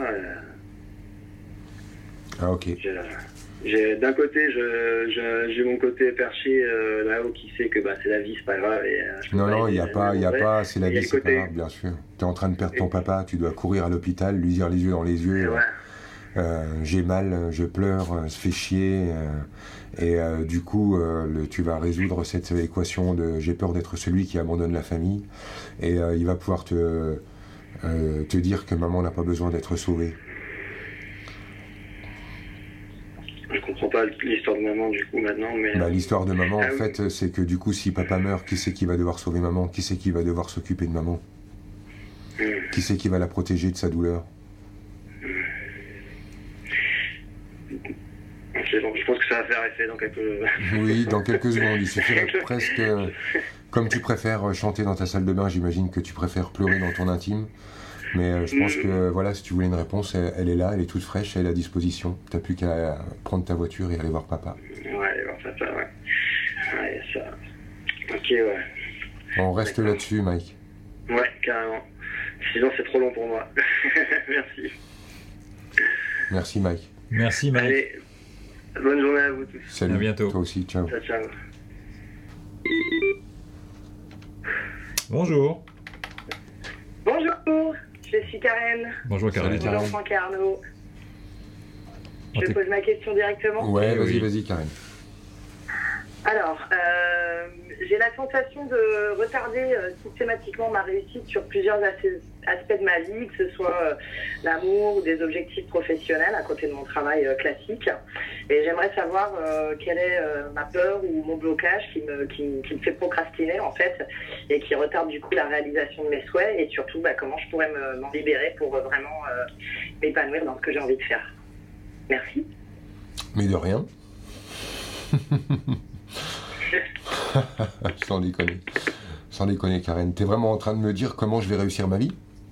Ah, ok. D'un côté, j'ai mon côté perché là-haut qui sait que c'est la vie, c'est pas grave. Et, non, il n'y a pas, c'est la vie, c'est pas grave, bien sûr. Tu es en train de perdre ton papa, tu dois courir à l'hôpital, lui dire les yeux dans les yeux. J'ai mal, je pleure, se fait chier. Et du coup, tu vas résoudre cette équation de j'ai peur d'être celui qui abandonne la famille. Et il va pouvoir te dire que maman n'a pas besoin d'être sauvée. Je comprends pas l'histoire de maman du coup maintenant, mais... l'histoire de maman, en fait, c'est que du coup, si papa meurt, qui c'est qui va devoir sauver maman? Qui c'est qui va devoir s'occuper de maman? Qui c'est qui va la protéger de sa douleur? Ok, bon, je pense que ça va faire effet dans quelques... Oui, dans quelques secondes. Il suffirait presque... Comme tu préfères chanter dans ta salle de bain, j'imagine que tu préfères pleurer dans ton intime. Mais je pense que voilà, si tu voulais une réponse, elle est là, elle est toute fraîche, elle est à disposition. T'as plus qu'à prendre ta voiture et aller voir papa. Ouais, aller voir papa, ouais. Ouais, ça... Ok, ouais. On reste là-dessus, Mike. Ouais, carrément. Sinon, c'est trop long pour moi. Merci. Merci, Mike. Merci, Mike. Allez, bonne journée à vous tous. Salut, à bientôt. Toi aussi, ciao. Ciao. Bonjour. Bonjour, je suis Karen. Bonjour, Karen. Salut, Bonjour, Franck et Arnaud. Je pose ma question directement. Ouais, Oui. vas-y, Karen. Alors, j'ai la sensation de retarder systématiquement ma réussite sur plusieurs aspects de ma vie, que ce soit l'amour ou des objectifs professionnels à côté de mon travail classique. Et j'aimerais savoir quelle est ma peur ou mon blocage qui me fait procrastiner en fait et qui retarde du coup la réalisation de mes souhaits et surtout comment je pourrais m'en libérer pour vraiment m'épanouir dans ce que j'ai envie de faire. Merci. Mais de rien. Sans déconner, Karen. T'es vraiment en train de me dire comment je vais réussir ma vie?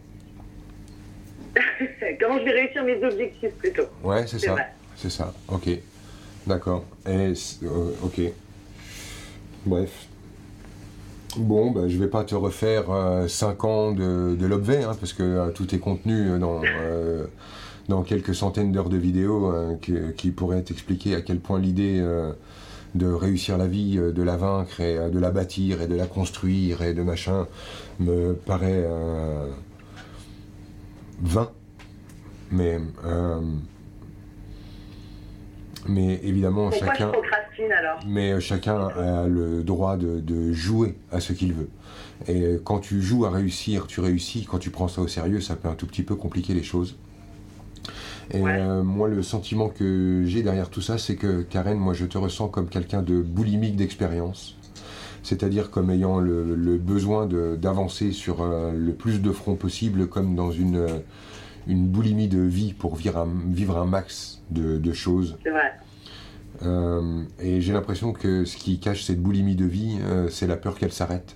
Comment je vais réussir mes objectifs plutôt. Ouais, c'est ça. Vrai. C'est ça. Ok. D'accord. Ok. Bref. Bon, je vais pas te refaire 5 ans de l'objet, hein, parce que tout est contenu dans quelques centaines d'heures de vidéos qui pourraient t'expliquer à quel point l'idée de réussir la vie, de la vaincre et de la bâtir et de la construire et de machin me paraît vain. Mais évidemment, pourquoi je procrastine alors? Mais chacun a le droit de jouer à ce qu'il veut. Et quand tu joues à réussir, tu réussis. Quand tu prends ça au sérieux, ça peut un tout petit peu compliquer les choses. Et moi, le sentiment que j'ai derrière tout ça, c'est que, Karen, moi, je te ressens comme quelqu'un de boulimique d'expérience. C'est-à-dire comme ayant le besoin d'avancer sur le plus de fronts possible, comme dans une boulimie de vie pour vivre un max de choses. C'est vrai. Et j'ai l'impression que ce qui cache cette boulimie de vie, c'est la peur qu'elle s'arrête.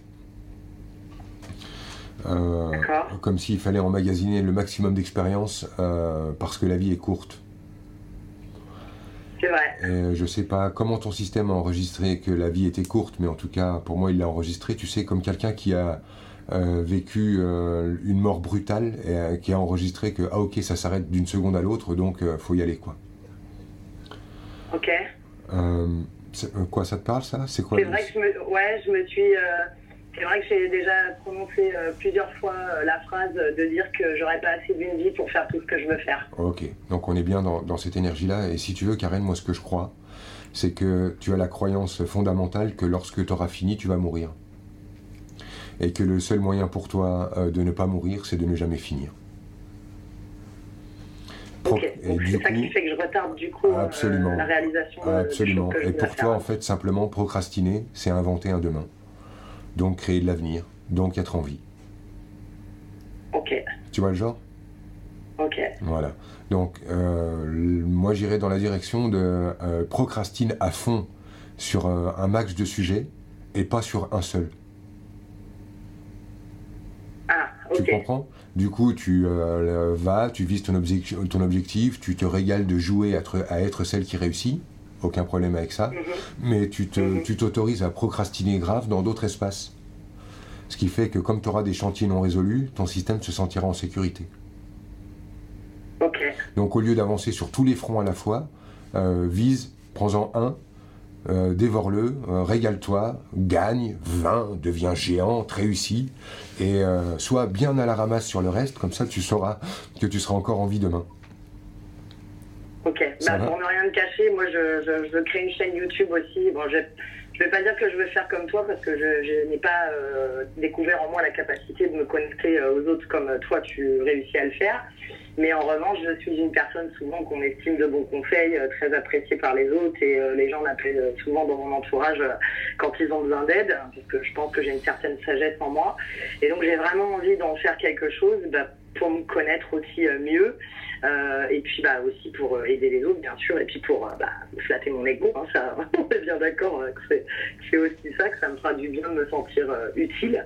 Comme s'il fallait emmagasiner le maximum d'expérience parce que la vie est courte. C'est vrai. Et je sais pas comment ton système a enregistré que la vie était courte, mais en tout cas, pour moi, il l'a enregistré, tu sais, comme quelqu'un qui a vécu une mort brutale et qui a enregistré que ah ok ça s'arrête d'une seconde à l'autre donc faut y aller quoi. Ok. Quoi ça te parle ça? C'est quoi? C'est vrai que je me suis. C'est vrai que j'ai déjà prononcé plusieurs fois la phrase de dire que j'aurais pas assez d'une vie pour faire tout ce que je veux faire. Ok, donc on est bien dans cette énergie-là. Et si tu veux, Karen, moi ce que je crois, c'est que tu as la croyance fondamentale que lorsque tu auras fini, tu vas mourir. Et que le seul moyen pour toi de ne pas mourir, c'est de ne jamais finir. Ok, donc c'est ça qui fait que je retarde du coup la réalisation de absolument. Que je Et pour toi, en fait, simplement, procrastiner, c'est inventer un demain. Donc créer de l'avenir, donc être en vie. Ok. Tu vois le genre? Ok. Voilà. Donc, moi, j'irais dans la direction de procrastine à fond sur un max de sujets et pas sur un seul. Ah, ok. Tu comprends? Du coup, tu vas, tu vises ton objectif, tu te régales de jouer à être celle qui réussit. Aucun problème avec ça. Mais tu t'autorises à procrastiner grave dans d'autres espaces. Ce qui fait que comme tu auras des chantiers non résolus, ton système se sentira en sécurité. Ok. Donc au lieu d'avancer sur tous les fronts à la fois, vise, prends-en un, dévore-le, régale-toi, gagne, vainc, deviens géante, réussis, et sois bien à la ramasse sur le reste, comme ça tu sauras que tu seras encore en vie demain. Ok, pour ne rien te cacher, moi je crée une chaîne YouTube aussi. Bon, je vais pas dire que je veux faire comme toi parce que je n'ai pas découvert en moi la capacité de me connecter aux autres comme toi tu réussis à le faire. Mais en revanche, je suis une personne souvent qu'on estime de bons conseils, très appréciée par les autres et les gens m'appellent souvent dans mon entourage quand ils ont besoin d'aide parce que je pense que j'ai une certaine sagesse en moi. Et donc j'ai vraiment envie d'en faire quelque chose pour me connaître aussi mieux. Et puis aussi pour aider les autres bien sûr et puis pour flatter mon ego ça on est bien d'accord que c'est aussi ça que ça me fera du bien de me sentir utile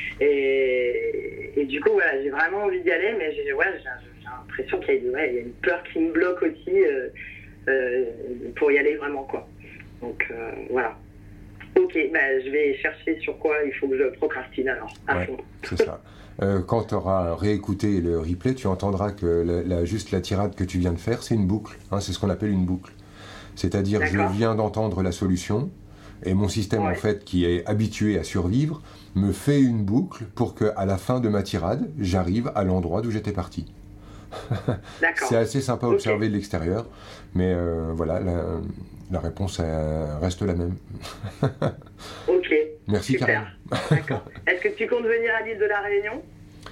et du coup voilà j'ai vraiment envie d'y aller mais j'ai l'impression qu'il y a une peur qui me bloque aussi pour y aller vraiment quoi donc voilà. Ok, je vais chercher sur quoi il faut que je procrastine alors, à fond. C'est ça. Quand tu auras réécouté le replay, tu entendras que juste la tirade que tu viens de faire, c'est une boucle. Hein, c'est ce qu'on appelle une boucle. C'est-à-dire, je viens d'entendre la solution, et mon système, en fait, qui est habitué à survivre, me fait une boucle pour qu'à la fin de ma tirade, j'arrive à l'endroit d'où j'étais parti. C'est assez sympa à observer de l'extérieur, mais voilà, la réponse reste la même. Ok. Merci Karen. D'accord. Est-ce que tu comptes venir à l'île de la Réunion?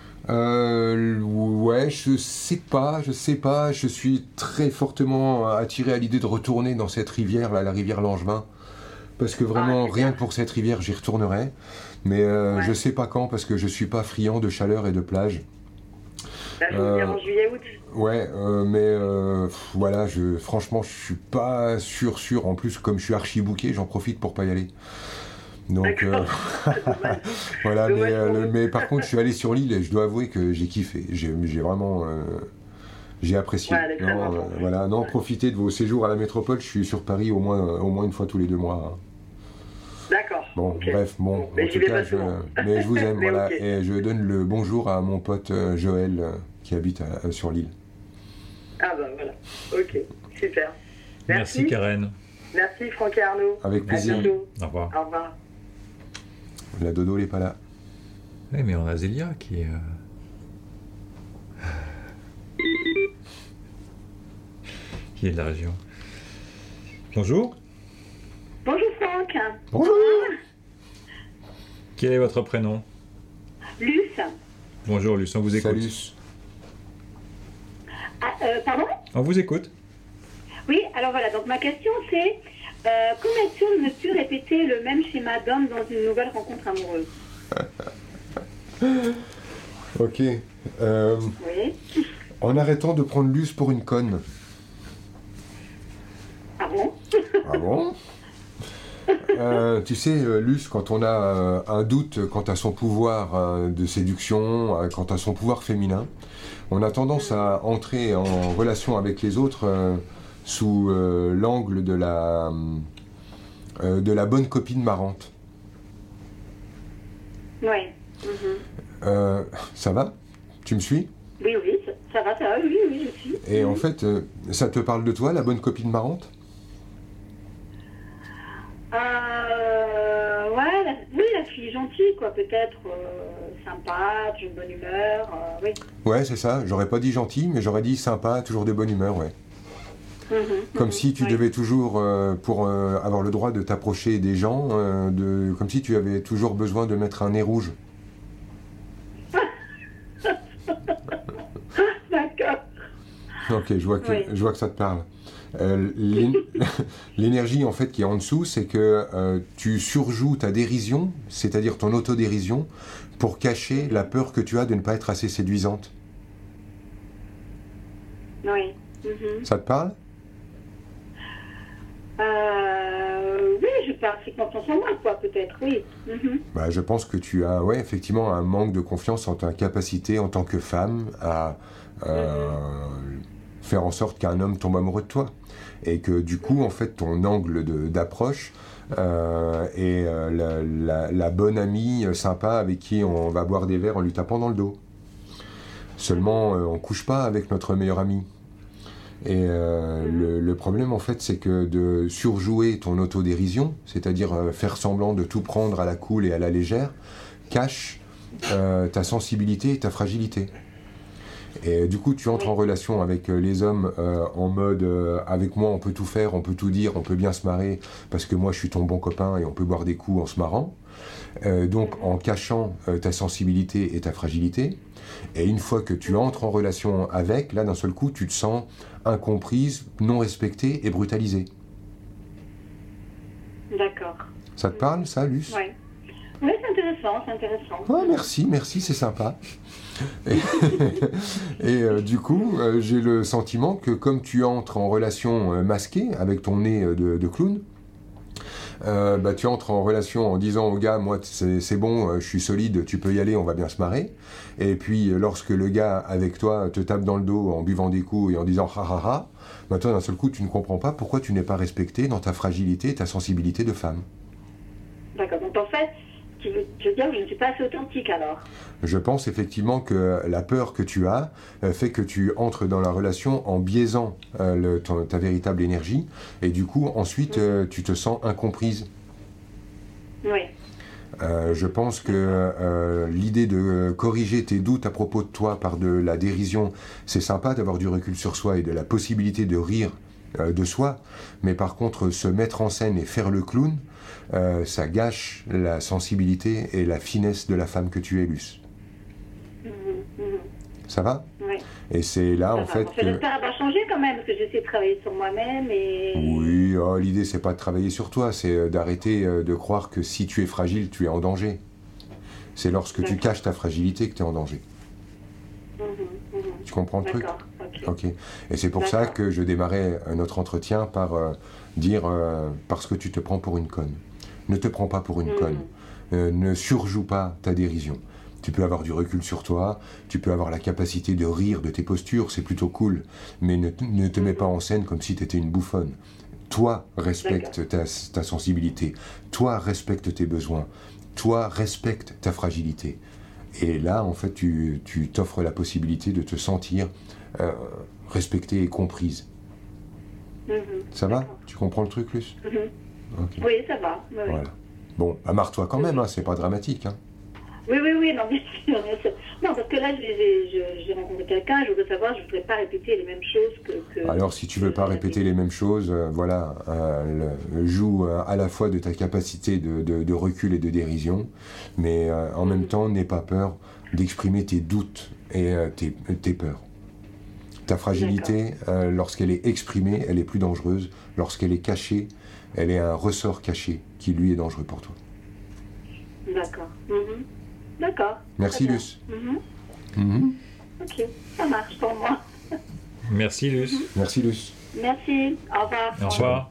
Ouais, je sais pas, je suis très fortement attiré à l'idée de retourner dans cette rivière, là, la rivière Langevin, parce que vraiment, rien que pour cette rivière, j'y retournerai, mais je sais pas quand, parce que je suis pas friand de chaleur et de plage. Là, je veux dire en juillet-août. Ouais, mais voilà, franchement, je suis pas sûr. En plus, comme je suis archi booké, j'en profite pour pas y aller. Donc, voilà, mais par contre, je suis allé sur l'île et je dois avouer que j'ai kiffé. J'ai vraiment, j'ai apprécié. Profitez de vos séjours à la métropole. Je suis sur Paris au moins une fois tous les 2 mois. Hein. D'accord. Bon, bref, en tout cas, mais je vous aime, voilà, et je donne le bonjour à mon pote Joël qui habite sur l'île. Ah voilà, ok, super. Merci Karen. Merci Franck et Arnaud. Avec plaisir. À bientôt. Au revoir. Au revoir. La dodo, elle n'est pas là. Oui, mais on a Zélia qui est de la région. Bonjour. Bonjour Franck. Bonjour. Quel est votre prénom? Luce. Bonjour Luce, on vous écoute. Salut. Pardon? On vous écoute. Oui, alors voilà, donc ma question c'est comment être sûr de ne plus répéter le même schéma d'homme dans une nouvelle rencontre amoureuse? Ok. Oui. En arrêtant de prendre Luce pour une conne. Ah bon? Ah bon? Tu sais, Luce, quand on a un doute quant à son pouvoir de séduction, quant à son pouvoir féminin, on a tendance à entrer en relation avec les autres sous l'angle de la bonne copine marrante. Oui. Ça va? Tu me suis? Oui, ça va, oui, je suis. Et en fait, ça te parle de toi, la bonne copine marrante? Oui, la fille gentille, quoi, peut-être, sympa, toujours de bonne humeur, oui. Ouais, c'est ça. J'aurais pas dit gentil, mais j'aurais dit sympa, toujours de bonne humeur, ouais. Comme si tu devais toujours, pour avoir le droit de t'approcher des gens, comme si tu avais toujours besoin de mettre un nez rouge. D'accord. Ok, je vois que ça te parle. L'énergie en fait qui est en dessous, c'est que tu surjoues ta dérision, c'est-à-dire ton autodérision, pour cacher la peur que tu as de ne pas être assez séduisante. Oui. Ça te parle? Oui, je parle, c'est confiance en moi, quoi, peut-être, oui. Bah, je pense que tu as, effectivement, un manque de confiance en ta capacité en tant que femme à faire en sorte qu'un homme tombe amoureux de toi. Et que du coup, en fait, ton angle d'approche est la bonne amie sympa avec qui on va boire des verres en lui tapant dans le dos. Seulement, on couche pas avec notre meilleur ami. Et le problème, en fait, c'est que de surjouer ton autodérision, c'est-à-dire faire semblant de tout prendre à la cool et à la légère, cache ta sensibilité et ta fragilité. Et du coup, tu entres en relation avec les hommes en mode avec moi, on peut tout faire, on peut tout dire, on peut bien se marrer, parce que moi, je suis ton bon copain et on peut boire des coups en se marrant. Donc, en cachant ta sensibilité et ta fragilité. Et une fois que tu entres en relation avec, là, d'un seul coup, tu te sens incomprise, non respectée et brutalisée. D'accord. Ça te parle, ça, Luce? Oui. Oui, c'est intéressant. Oh, merci, c'est sympa. Et du coup, j'ai le sentiment que comme tu entres en relation masquée, avec ton nez de clown, tu entres en relation en disant au gars, moi c'est bon, je suis solide, tu peux y aller, on va bien se marrer. Et puis lorsque le gars avec toi te tape dans le dos en buvant des coups et en disant ha ha ha, toi d'un seul coup tu ne comprends pas pourquoi tu n'es pas respecté dans ta fragilité et ta sensibilité de femme. D'accord, donc en fait, tu veux dire que je ne suis pas assez authentique alors? Je pense effectivement que la peur que tu as fait que tu entres dans la relation en biaisant ta véritable énergie et du coup ensuite tu te sens incomprise. Oui. Je pense que l'idée de corriger tes doutes à propos de toi par de la dérision, c'est sympa d'avoir du recul sur soi et de la possibilité de rire de soi, mais par contre se mettre en scène et faire le clown, ça gâche la sensibilité et la finesse de la femme que tu es, Luce. Ça va? Oui. Et c'est là, en fait, que... J'espère avoir changé quand même, parce que j'essaie de travailler sur moi-même et... Oui, l'idée, c'est pas de travailler sur toi, c'est d'arrêter de croire que si tu es fragile, tu es en danger. C'est lorsque tu caches ta fragilité que tu es en danger. Tu comprends le truc? Ok. Et c'est pour ça que je démarrais notre entretien par dire parce que tu te prends pour une conne. Ne te prends pas pour une conne. Ne surjoue pas ta dérision. Tu peux avoir du recul sur toi, tu peux avoir la capacité de rire de tes postures, c'est plutôt cool, mais ne te mets pas en scène comme si tu étais une bouffonne. Toi, respecte ta sensibilité. Toi, respecte tes besoins. Toi, respecte ta fragilité. Et là, en fait, tu t'offres la possibilité de te sentir respectée et comprise. Ça va? Tu comprends le truc, Luce? Okay. Oui, ça va. Oui. Voilà. Bon, amarre-toi quand même, c'est pas dramatique. Oui, non, bien sûr. Non, parce que là, j'ai rencontré quelqu'un, je voudrais savoir, je ne voudrais pas répéter les mêmes choses que... Alors, si tu veux pas répéter les mêmes choses, joue à la fois de ta capacité de recul et de dérision, mais en même temps, n'aie pas peur d'exprimer tes doutes et tes peurs. Ta fragilité, lorsqu'elle est exprimée, elle est plus dangereuse. Lorsqu'elle est cachée, elle est un ressort caché qui, lui, est dangereux pour toi. D'accord. D'accord. Merci, Luce. Ok, ça marche pour moi. Merci, Luce. Merci, Luce. Merci. Au revoir. Au revoir.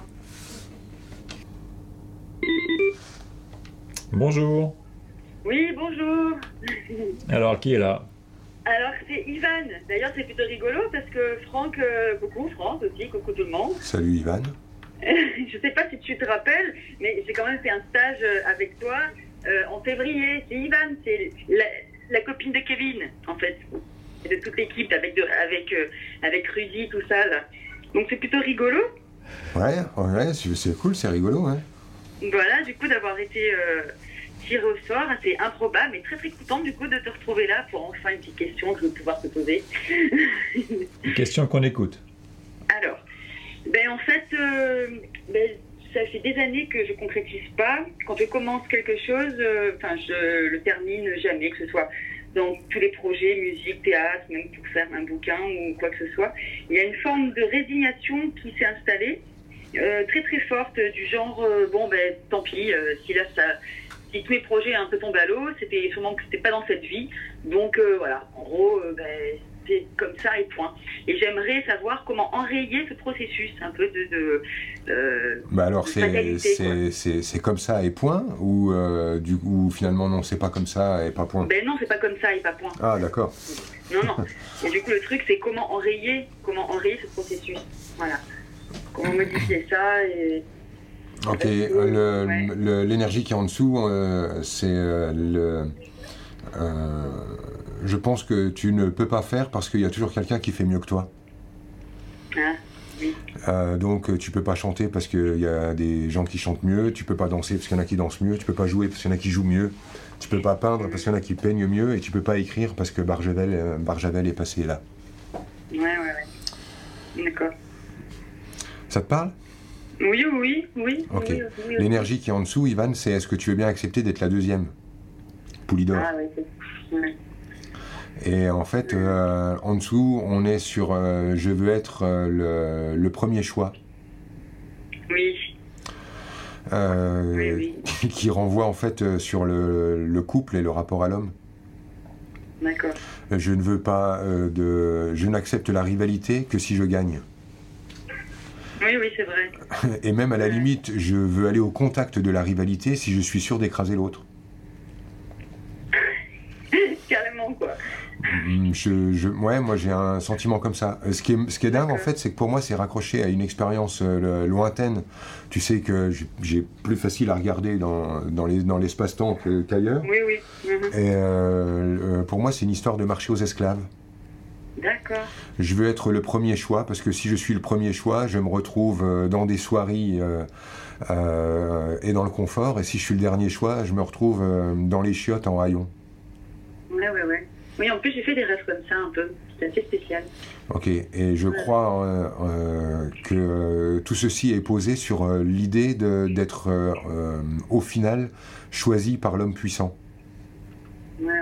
Bonjour. Oui, bonjour. Alors, qui est là? Alors, c'est Ivan. D'ailleurs, c'est plutôt rigolo parce que Franck, coucou Franck aussi, coucou tout le monde. Salut, Ivan. Je sais pas si tu te rappelles, mais j'ai quand même fait un stage avec toi en février. C'est Ivan, c'est la copine de Kevin, en fait, et de toute l'équipe, avec Rudy, tout ça, là. Donc c'est plutôt rigolo. Ouais, c'est cool, c'est rigolo, ouais. Voilà, du coup, d'avoir été tiré au sort, c'est improbable, mais très très contente, du coup, de te retrouver là pour enfin une petite question que je vais pouvoir te poser. Une question qu'on écoute. Alors, en fait, ça fait des années que je concrétise pas. Quand je commence quelque chose, je le termine jamais, que ce soit dans tous les projets, musique, théâtre, même pour faire un bouquin ou quoi que ce soit. Il y a une forme de résignation qui s'est installée, très très forte, du genre, tant pis, si tous mes projets un peu tombent à l'eau, c'était sûrement que c'était pas dans cette vie. Donc voilà, en gros, c'est comme ça et point. Et j'aimerais savoir comment enrayer ce processus un peu alors fatalité, c'est comme ça et point, ou finalement non, c'est pas comme ça et pas point. Non, c'est pas comme ça et pas point. Ah d'accord. Non. Et du coup le truc c'est comment enrayer ce processus. Voilà. Comment modifier ça et... Ok, l'énergie qui est en dessous, c'est je pense que tu ne peux pas faire parce qu'il y a toujours quelqu'un qui fait mieux que toi. Ah, oui. Donc tu peux pas chanter parce qu'il y a des gens qui chantent mieux, tu peux pas danser parce qu'il y en a qui dansent mieux, tu peux pas jouer parce qu'il y en a qui jouent mieux, tu peux pas peindre parce qu'il y en a qui peignent mieux, et tu peux pas écrire parce que Barjavel est passé là. Ouais. D'accord. Ça te parle ? Oui. Ok. Oui. L'énergie qui est en dessous, Ivan, c'est est-ce que tu veux bien accepter d'être la deuxième Poulidor. Ah oui, ouais. Et en fait, en dessous, on est sur je veux être le premier choix. Oui. Oui. Qui renvoie en fait sur le couple et le rapport à l'homme. D'accord. Je ne veux pas je n'accepte la rivalité que si je gagne. Oui, c'est vrai. Et même à la limite, je veux aller au contact de la rivalité si je suis sûr d'écraser l'autre. Carrément, quoi. Moi j'ai un sentiment comme ça. Ce qui est dingue en fait, c'est que pour moi c'est raccroché à une expérience lointaine. Tu sais que j'ai plus facile à regarder dans l'espace-temps qu'ailleurs. Oui. Et pour moi c'est une histoire de marché aux esclaves. D'accord. Je veux être le premier choix parce que si je suis le premier choix, je me retrouve dans des soirées et dans le confort. Et si je suis le dernier choix, je me retrouve dans les chiottes en haillons. Ouais. Oui, en plus j'ai fait des rêves comme ça un peu. C'est assez spécial. Ok, et je crois que tout ceci est posé sur l'idée d'être au final choisi par l'homme puissant. Ouais.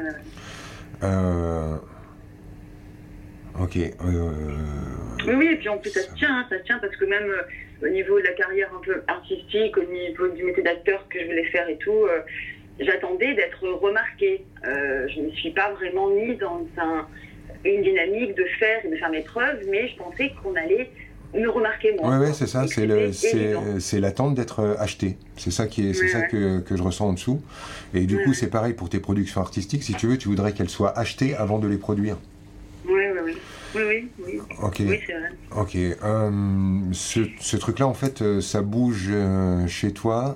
Ok. Oui, et puis en plus ça se tient parce que même au niveau de la carrière un peu artistique, au niveau du métier d'acteur que je voulais faire et tout, j'attendais d'être remarquée. Je ne me suis pas vraiment mise dans une dynamique de faire mes preuves, mais je pensais qu'on allait me remarquer moi. Ouais, c'est ça, c'est l'attente d'être acheté. C'est ça ça que je ressens en dessous. Et du coup, c'est pareil pour tes productions artistiques. Si tu veux, tu voudrais qu'elles soient achetées avant de les produire. Oui. Ok. Oui, c'est vrai. Ok. Ce truc-là, en fait, ça bouge chez toi.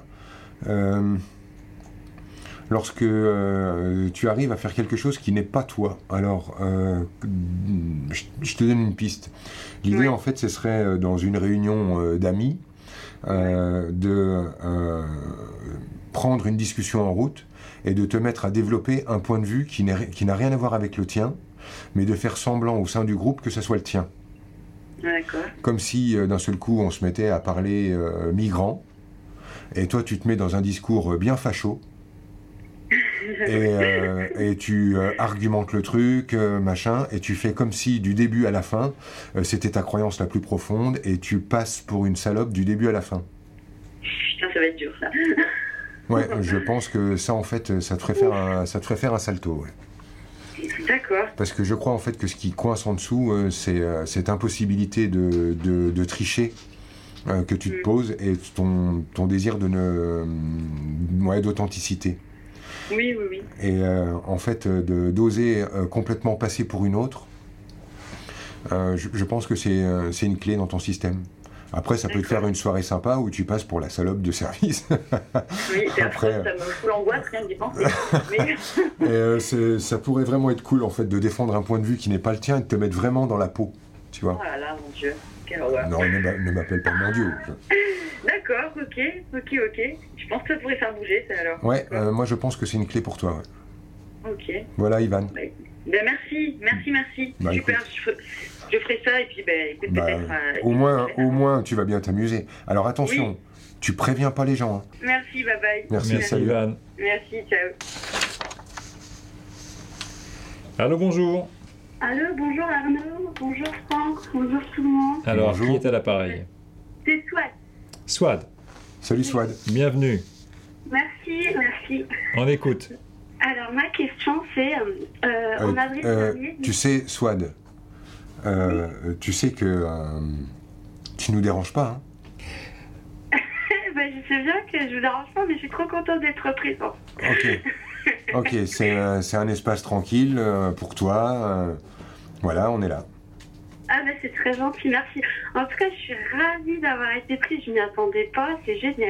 Lorsque tu arrives à faire quelque chose qui n'est pas toi. Alors, je te donne une piste. L'idée, en fait, ce serait dans une réunion d'amis de prendre une discussion en route et de te mettre à développer un point de vue qui n'a rien à voir avec le tien, mais de faire semblant au sein du groupe que ça soit le tien. D'accord. Comme si d'un seul coup on se mettait à parler migrants, et toi tu te mets dans un discours bien facho, et tu argumentes le truc, machin, et tu fais comme si du début à la fin c'était ta croyance la plus profonde, et tu passes pour une salope du début à la fin. Putain, ça va être dur ça. Ouais, je pense que ça en fait ça te ferait faire un salto. Ouais. D'accord. Parce que je crois en fait que ce qui coince en dessous, c'est cette impossibilité de tricher que tu te poses, et ton désir d'authenticité. Oui. Et en fait, d'oser complètement passer pour une autre, je pense que c'est une clé dans ton système. Après, ça peut te faire une soirée sympa où tu passes pour la salope de service. Oui, après, ça me fout l'angoisse, rien d'y penser. Mais... ça pourrait vraiment être cool, en fait, de défendre un point de vue qui n'est pas le tien et de te mettre vraiment dans la peau, tu vois. Oh là là, mon Dieu, quelle horreur. Non, ne m'appelle pas mon Dieu. D'accord, ok. Je pense que ça pourrait faire bouger, ça, alors. Ouais, moi, je pense que c'est une clé pour toi, ouais. Ok. Voilà, Ivan. Ben merci. Bah, Super, je ferai ça et puis écoute, peut-être... au moins, tu vas bien t'amuser. Alors attention, tu préviens pas les gens. Hein. Merci, bye bye. Merci, salut. Ivan. Merci, ciao. Allô, bonjour. Allô, bonjour Arnaud, bonjour Franck, bonjour tout le monde. Alors, Bonjour. qui est à l'appareil? C'est Swad. Swad. Salut Swad. Bienvenue. Merci. On écoute. Alors, ma question, c'est en avril dernier... Tu sais, Swad, tu sais que tu nous déranges pas, hein. Je sais bien que je vous dérange pas, mais je suis trop contente d'être présente. Ok, c'est un espace tranquille pour toi. Voilà, on est là. Ah c'est très gentil, merci. En tout cas, je suis ravie d'avoir été prise, je m'y attendais pas, c'est génial.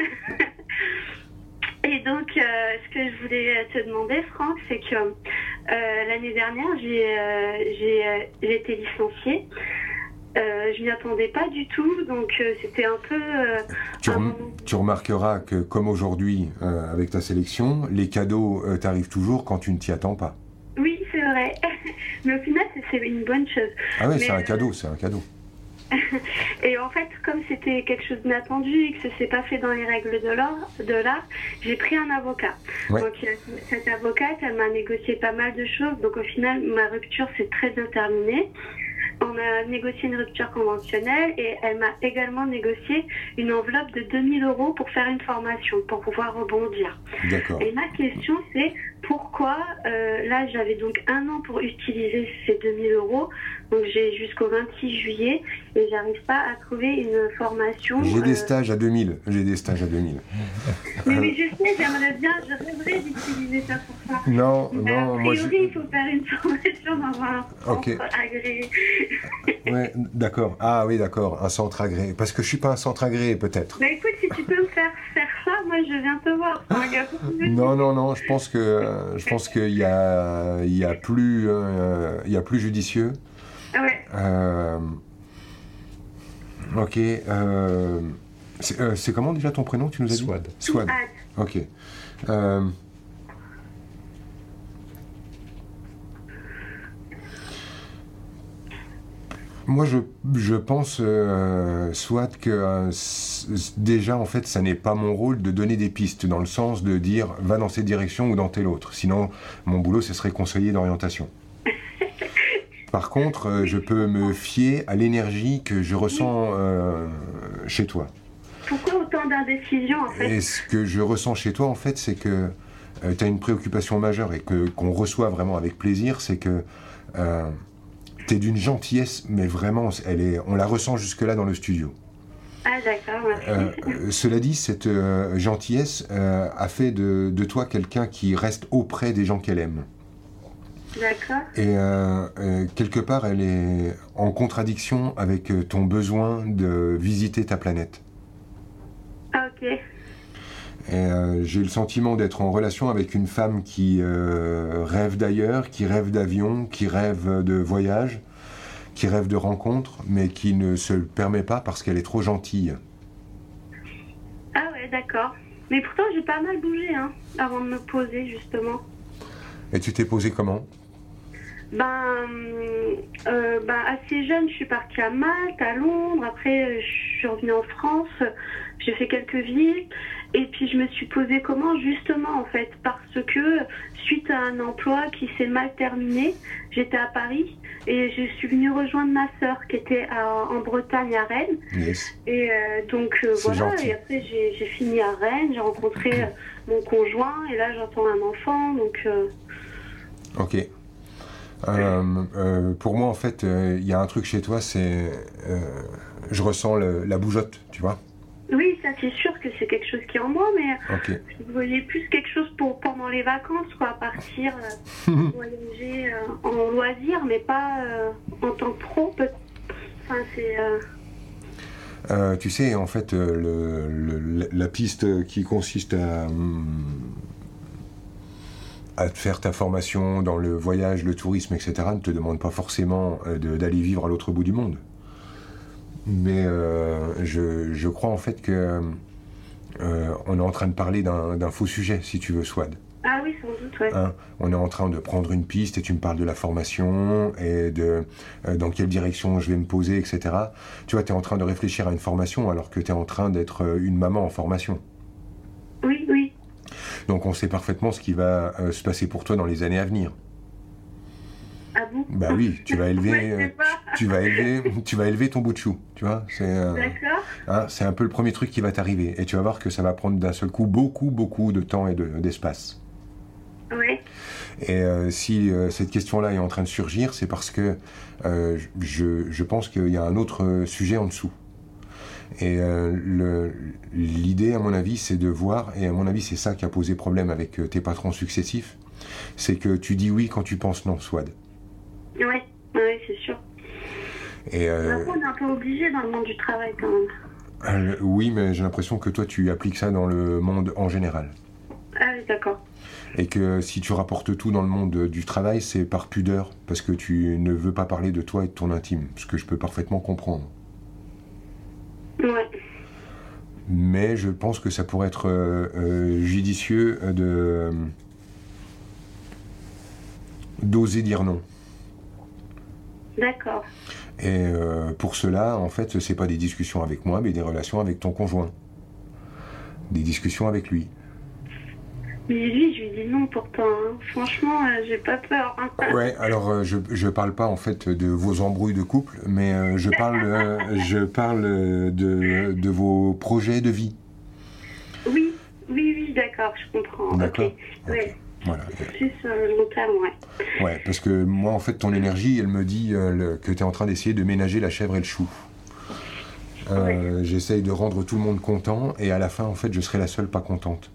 Et donc, ce que je voulais te demander, Franck, c'est que l'année dernière, j'ai été licenciée. Je m'y attendais pas du tout, donc c'était un peu... Tu remarqueras que, comme aujourd'hui, avec ta sélection, les cadeaux t'arrivent toujours quand tu ne t'y attends pas. Oui, c'est vrai. Mais au final, c'est une bonne chose. Ah oui, Mais, c'est un cadeau. Et en fait, comme c'était quelque chose d'inattendu et que ça s'est pas fait dans les règles de l'art, j'ai pris un avocat. Ouais. Donc cette avocate, elle m'a négocié pas mal de choses. Donc au final, ma rupture s'est très bien terminée. On a négocié une rupture conventionnelle et elle m'a également négocié une enveloppe de 2 000 € pour faire une formation, pour pouvoir rebondir. D'accord. Et ma question, c'est pourquoi, là j'avais donc 1 an pour utiliser ces 2 000 €, donc j'ai jusqu'au 26 juillet et j'arrive pas à trouver une formation. J'ai des stages à 2000. Mais je sais, je rêverais d'utiliser ça pour ça. Non, Mais a priori, moi il faut faire une formation dans un centre agréé. Ouais, d'accord. Ah oui, d'accord, un centre agréé. Parce que je suis pas un centre agréé, peut-être. Bah écoute, si tu peux me faire ça, moi je viens te voir. Non, je pense qu'il y a plus judicieux. Ouais. Ok. C'est comment déjà ton prénom, tu nous as dit? Swad. Ok. Moi, je pense, Swad, que déjà, en fait, ça n'est pas mon rôle de donner des pistes, dans le sens de dire « va dans cette direction ou dans telle autre ». Sinon, mon boulot, ce serait conseiller d'orientation. Par contre, je peux me fier à l'énergie que je ressens chez toi. Pourquoi autant d'indécision, en fait? Et ce que je ressens chez toi, en fait, c'est que tu as une préoccupation majeure et qu'on reçoit vraiment avec plaisir, c'est que t'es d'une gentillesse, mais vraiment, on la ressent jusque-là dans le studio. Ah d'accord, merci. Cela dit, cette gentillesse a fait de toi quelqu'un qui reste auprès des gens qu'elle aime. D'accord. Et quelque part, elle est en contradiction avec ton besoin de visiter ta planète. Ah, ok. Et j'ai le sentiment d'être en relation avec une femme qui rêve d'ailleurs, qui rêve d'avion, qui rêve de voyage, qui rêve de rencontres, mais qui ne se le permet pas parce qu'elle est trop gentille. Ah ouais, d'accord. Mais pourtant, j'ai pas mal bougé, hein, avant de me poser, justement. Et tu t'es posé comment ? Assez jeune, je suis partie à Malte, à Londres. Après, je suis revenue en France. J'ai fait quelques villes. Et puis, je me suis posée comment ? Justement, en fait, parce que suite à un emploi qui s'est mal terminé, j'étais à Paris et je suis venue rejoindre ma sœur qui était en Bretagne, à Rennes. Yes. Et voilà. Gentil. Et après, j'ai fini à Rennes. J'ai rencontré mon conjoint et là, j'entends un enfant. Donc. Ok. Pour moi, en fait, il y a un truc chez toi, c'est... je ressens la bougeotte, tu vois ? Oui, ça c'est sûr que c'est quelque chose qui est en moi, mais okay. Je voyais plus quelque chose pour pendant les vacances, quoi, partir voyager en loisir, mais pas en tant que pro. Enfin, c'est... Tu sais, en fait, la piste qui consiste à faire ta formation dans le voyage, le tourisme, etc., ne te demande pas forcément d'aller vivre à l'autre bout du monde. Mais je crois en fait que on est en train de parler d'un faux sujet, si tu veux, Swad. Ah oui, sans doute, ouais. Hein, on est en train de prendre une piste et tu me parles de la formation et de dans quelle direction je vais me poser, etc. Tu vois, tu es en train de réfléchir à une formation alors que tu es en train d'être une maman en formation. Oui, oui. Donc on sait parfaitement ce qui va se passer pour toi dans les années à venir. Ah bon? Bah oui, tu vas élever, tu vas élever ton bout de chou, tu vois. D'accord. Hein, c'est un peu le premier truc qui va t'arriver et tu vas voir que ça va prendre d'un seul coup beaucoup de temps et d'espace. Oui. Et si cette question-là est en train de surgir, c'est parce que je pense qu'il y a un autre sujet en dessous. Et l'idée, à mon avis, c'est de voir, et à mon avis, c'est ça qui a posé problème avec tes patrons successifs, c'est que tu dis oui quand tu penses non, Swad. Oui, c'est sûr. Et on est un peu obligé dans le monde du travail, quand même. Oui, mais j'ai l'impression que toi, tu appliques ça dans le monde en général. Ah oui, d'accord. Et que si tu rapportes tout dans le monde du travail, c'est par pudeur, parce que tu ne veux pas parler de toi et de ton intime, ce que je peux parfaitement comprendre. Ouais. Mais je pense que ça pourrait être judicieux d'oser dire non. D'accord. Et pour cela, en fait, c'est pas des discussions avec moi, mais des relations avec ton conjoint. Des discussions avec lui. Mais lui, je lui dis non pourtant. Hein. Franchement, j'ai pas peur. Hein. Ouais, alors je parle pas en fait de vos embrouilles de couple, mais je parle de vos projets de vie. Oui, d'accord, je comprends. D'accord. Okay. Ouais. Voilà. Plus long terme, ouais. Ouais, parce que moi, en fait, ton énergie, elle me dit que tu es en train d'essayer de ménager la chèvre et le chou. J'essaye de rendre tout le monde content, et à la fin, en fait, je serai la seule pas contente.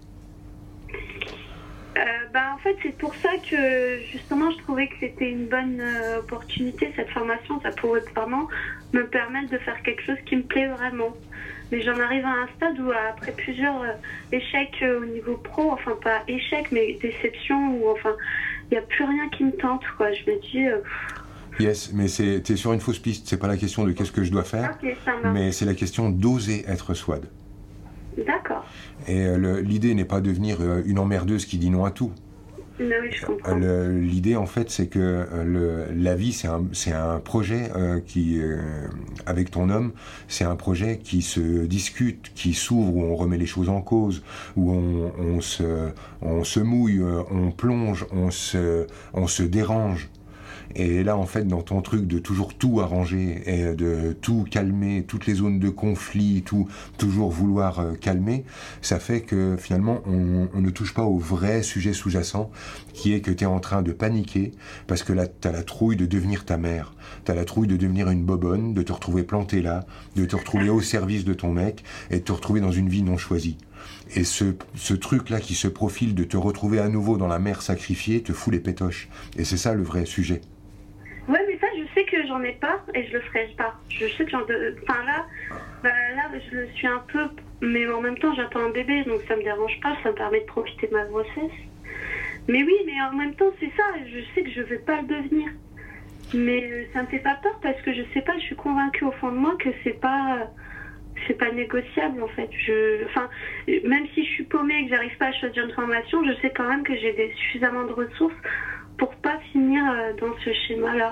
En fait, c'est pour ça que, justement, je trouvais que c'était une bonne opportunité, cette formation. Ça pourrait vraiment me permettre de faire quelque chose qui me plaît vraiment. Mais j'en arrive à un stade où, après plusieurs échecs au niveau pro, enfin, pas échecs, mais déceptions, où, enfin, il n'y a plus rien qui me tente, quoi. Je me dis... Yes, mais t'es sur une fausse piste. C'est pas la question de qu'est-ce que je dois faire, mais c'est la question d'oser être Swad. D'accord. Et l'idée n'est pas de devenir une emmerdeuse qui dit non à tout. Oui, je comprends. L'idée, en fait, c'est que la vie, c'est un projet qui, avec ton homme, c'est un projet qui se discute, qui s'ouvre, où on remet les choses en cause, où on se mouille, on plonge, on se dérange. Et là, en fait, dans ton truc de toujours tout arranger et de tout calmer, toutes les zones de conflit, toujours vouloir calmer, ça fait que finalement, on ne touche pas au vrai sujet sous-jacent, qui est que tu es en train de paniquer parce que là, tu as la trouille de devenir ta mère. Tu as la trouille de devenir une bobonne, de te retrouver planté là, de te retrouver au service de ton mec et de te retrouver dans une vie non choisie. Et ce truc-là qui se profile de te retrouver à nouveau dans la mer sacrifiée te fout les pétoches. Et c'est ça le vrai sujet. Ouais, mais ça, je sais que j'en ai pas et je le ferai pas. Je sais que enfin là, je le suis un peu, mais en même temps, j'attends un bébé, donc ça me dérange pas, ça me permet de profiter de ma grossesse. Mais oui, mais en même temps, c'est ça, je sais que je vais pas le devenir. Mais ça me fait pas peur parce que je sais pas, je suis convaincue au fond de moi que c'est pas négociable en fait. Même si je suis paumée et que j'arrive pas à choisir une formation, je sais quand même que j'ai suffisamment de ressources pour pas finir dans ce schéma-là.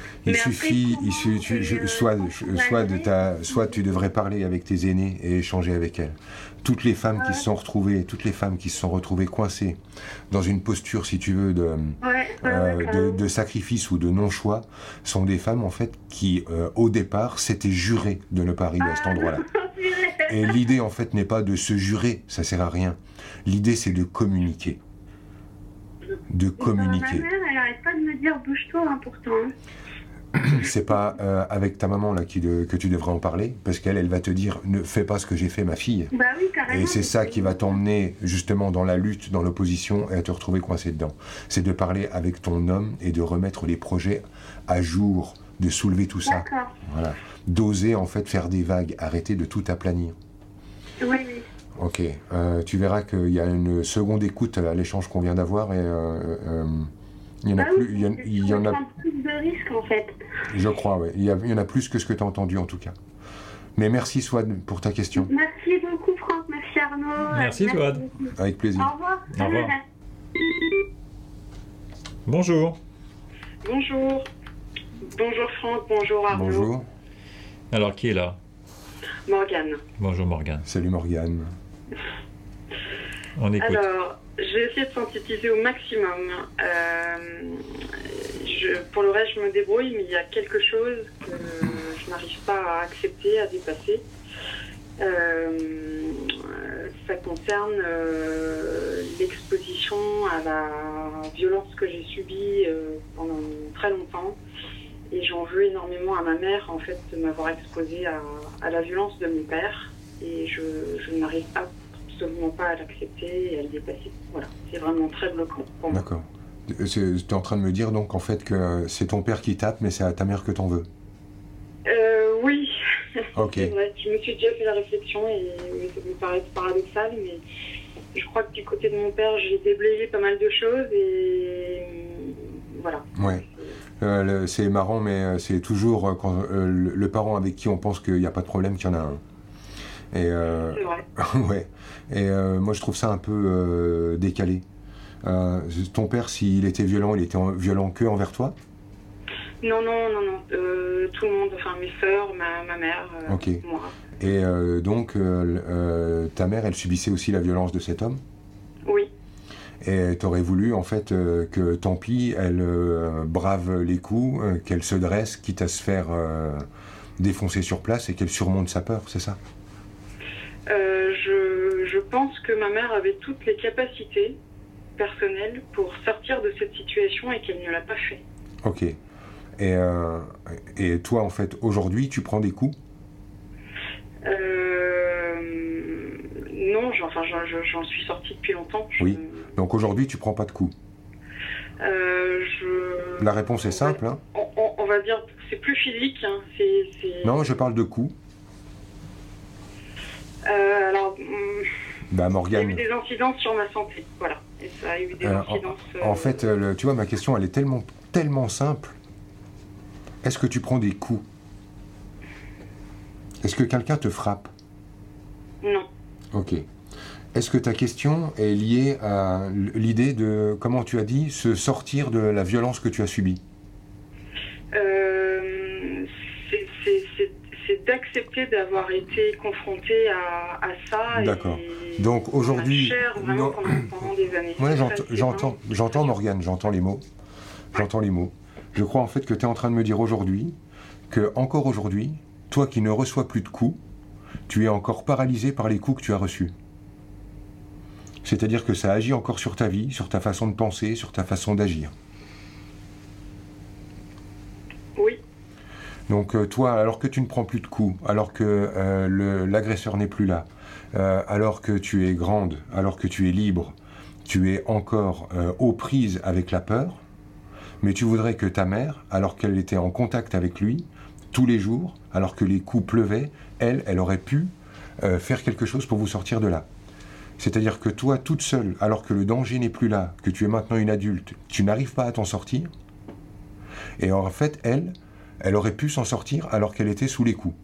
Soit tu devrais parler avec tes aînés et échanger avec elles. Toutes les femmes qui se sont retrouvées coincées dans une posture, si tu veux, de sacrifice ou de non-choix, sont des femmes en fait qui, au départ, s'étaient jurées de ne pas arriver à cet endroit-là. Et l'idée en fait n'est pas de se jurer, ça sert à rien. L'idée c'est de communiquer. Ma mère, elle arrête pas de me dire bouge-toi, hein, pourtant. c'est pas avec ta maman là que tu devrais en parler, parce qu'elle va te dire ne fais pas ce que j'ai fait ma fille. Bah oui, carrément. Et c'est ça qui va t'emmener justement dans la lutte, dans l'opposition et à te retrouver coincé dedans. C'est de parler avec ton homme et de remettre les projets à jour, de soulever tout ça. D'accord. Voilà. D'oser en fait faire des vagues, arrêter de tout aplanir. Oui. Ok, tu verras qu'il y a une seconde écoute à l'échange qu'on vient d'avoir et il y en a plus. Il y en a plus de risques en fait. Je crois, oui. Il y en a plus que ce que tu as entendu en tout cas. Mais merci Swad pour ta question. Merci beaucoup Franck, merci Arnaud. Merci Swad. Avec plaisir. Au revoir. Au revoir. Bonjour. Bonjour. Bonjour Franck, bonjour Arnaud. Bonjour. Alors qui est là? Morgane. Bonjour Morgane. Salut Morgane. On écoute. Alors, je vais essayer de synthétiser au maximum. Pour le reste, je me débrouille, mais il y a quelque chose que je n'arrive pas à accepter, à dépasser. Ça concerne l'exposition à la violence que j'ai subie pendant très longtemps. Et j'en veux énormément à ma mère, en fait, de m'avoir exposée à la violence de mon père. Et je n'arrive absolument pas à l'accepter et à le dépasser. Voilà, c'est vraiment très bloquant pour moi. D'accord. Tu es en train de me dire donc en fait que c'est ton père qui tape, mais c'est à ta mère que t'en veux. Oui. Ok. C'est vrai. Je me suis déjà fait la réflexion et ça me paraît paradoxal, mais je crois que du côté de mon père, j'ai déblayé pas mal de choses et voilà. Ouais. C'est marrant, mais c'est toujours quand le parent avec qui on pense qu'il n'y a pas de problème qu'il y en a un. Et c'est vrai. ouais. Et moi, je trouve ça un peu décalé. Ton père, s'il était violent, il était violent que envers toi? Non. Tout le monde, enfin mes sœurs, ma mère, Ok. moi. Et donc, ta mère, elle subissait aussi la violence de cet homme? Oui. Et t'aurais voulu, en fait, que tant pis, elle brave les coups, qu'elle se dresse, quitte à se faire défoncer sur place et qu'elle surmonte sa peur, c'est ça? Je pense que ma mère avait toutes les capacités personnelles pour sortir de cette situation et qu'elle ne l'a pas fait. Ok. Et toi, en fait, aujourd'hui, tu prends des coups? Non, j'en suis sortie depuis longtemps. Oui. Donc aujourd'hui, tu prends pas de coups? La réponse est simple. Hein. On va dire, c'est plus physique. Hein. Non, je parle de coups. Alors, bah, Morgane. il y a eu des incidences sur ma santé, voilà. Et ça a eu des incidences. En fait, tu vois, ma question, elle est tellement simple. Est-ce que tu prends des coups? Est-ce que quelqu'un te frappe? Non. Ok. Est-ce que ta question est liée à l'idée de, comment tu as dit, se sortir de la violence que tu as subie? C'est d'accepter d'avoir été confrontée à ça. D'accord. Donc aujourd'hui... vraiment pendant des années. Ouais, j'entends Morgane, j'entends les mots. J'entends les mots. Je crois en fait que tu es en train de me dire aujourd'hui que, encore aujourd'hui, toi qui ne reçois plus de coups, tu es encore paralysé par les coups que tu as reçus. C'est-à-dire que ça agit encore sur ta vie, sur ta façon de penser, sur ta façon d'agir. Oui. Donc toi, alors que tu ne prends plus de coups, alors que l'agresseur n'est plus là, alors que tu es grande, alors que tu es libre, tu es encore aux prises avec la peur, mais tu voudrais que ta mère, alors qu'elle était en contact avec lui, tous les jours, alors que les coups pleuvaient, elle aurait pu faire quelque chose pour vous sortir de là. C'est-à-dire que toi, toute seule, alors que le danger n'est plus là, que tu es maintenant une adulte, tu n'arrives pas à t'en sortir, et en fait, elle aurait pu s'en sortir alors qu'elle était sous les coups.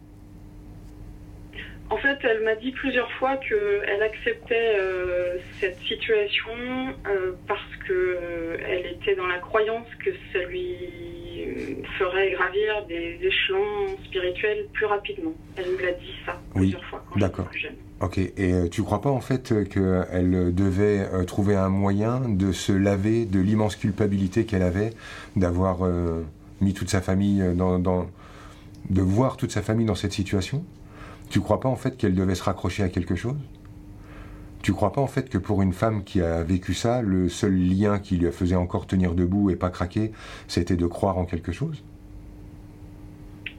En fait, elle m'a dit plusieurs fois qu'elle acceptait cette situation parce qu'elle était dans la croyance que ça lui ferait gravir des échelons spirituels plus rapidement. Elle me l'a dit ça plusieurs fois quand j'étais plus jeune. Ok, et tu crois pas en fait qu'elle devait trouver un moyen de se laver de l'immense culpabilité qu'elle avait d'avoir mis toute sa famille de voir toute sa famille dans cette situation? Tu crois pas en fait qu'elle devait se raccrocher à quelque chose? Tu crois pas en fait que pour une femme qui a vécu ça, le seul lien qui lui faisait encore tenir debout et pas craquer, c'était de croire en quelque chose?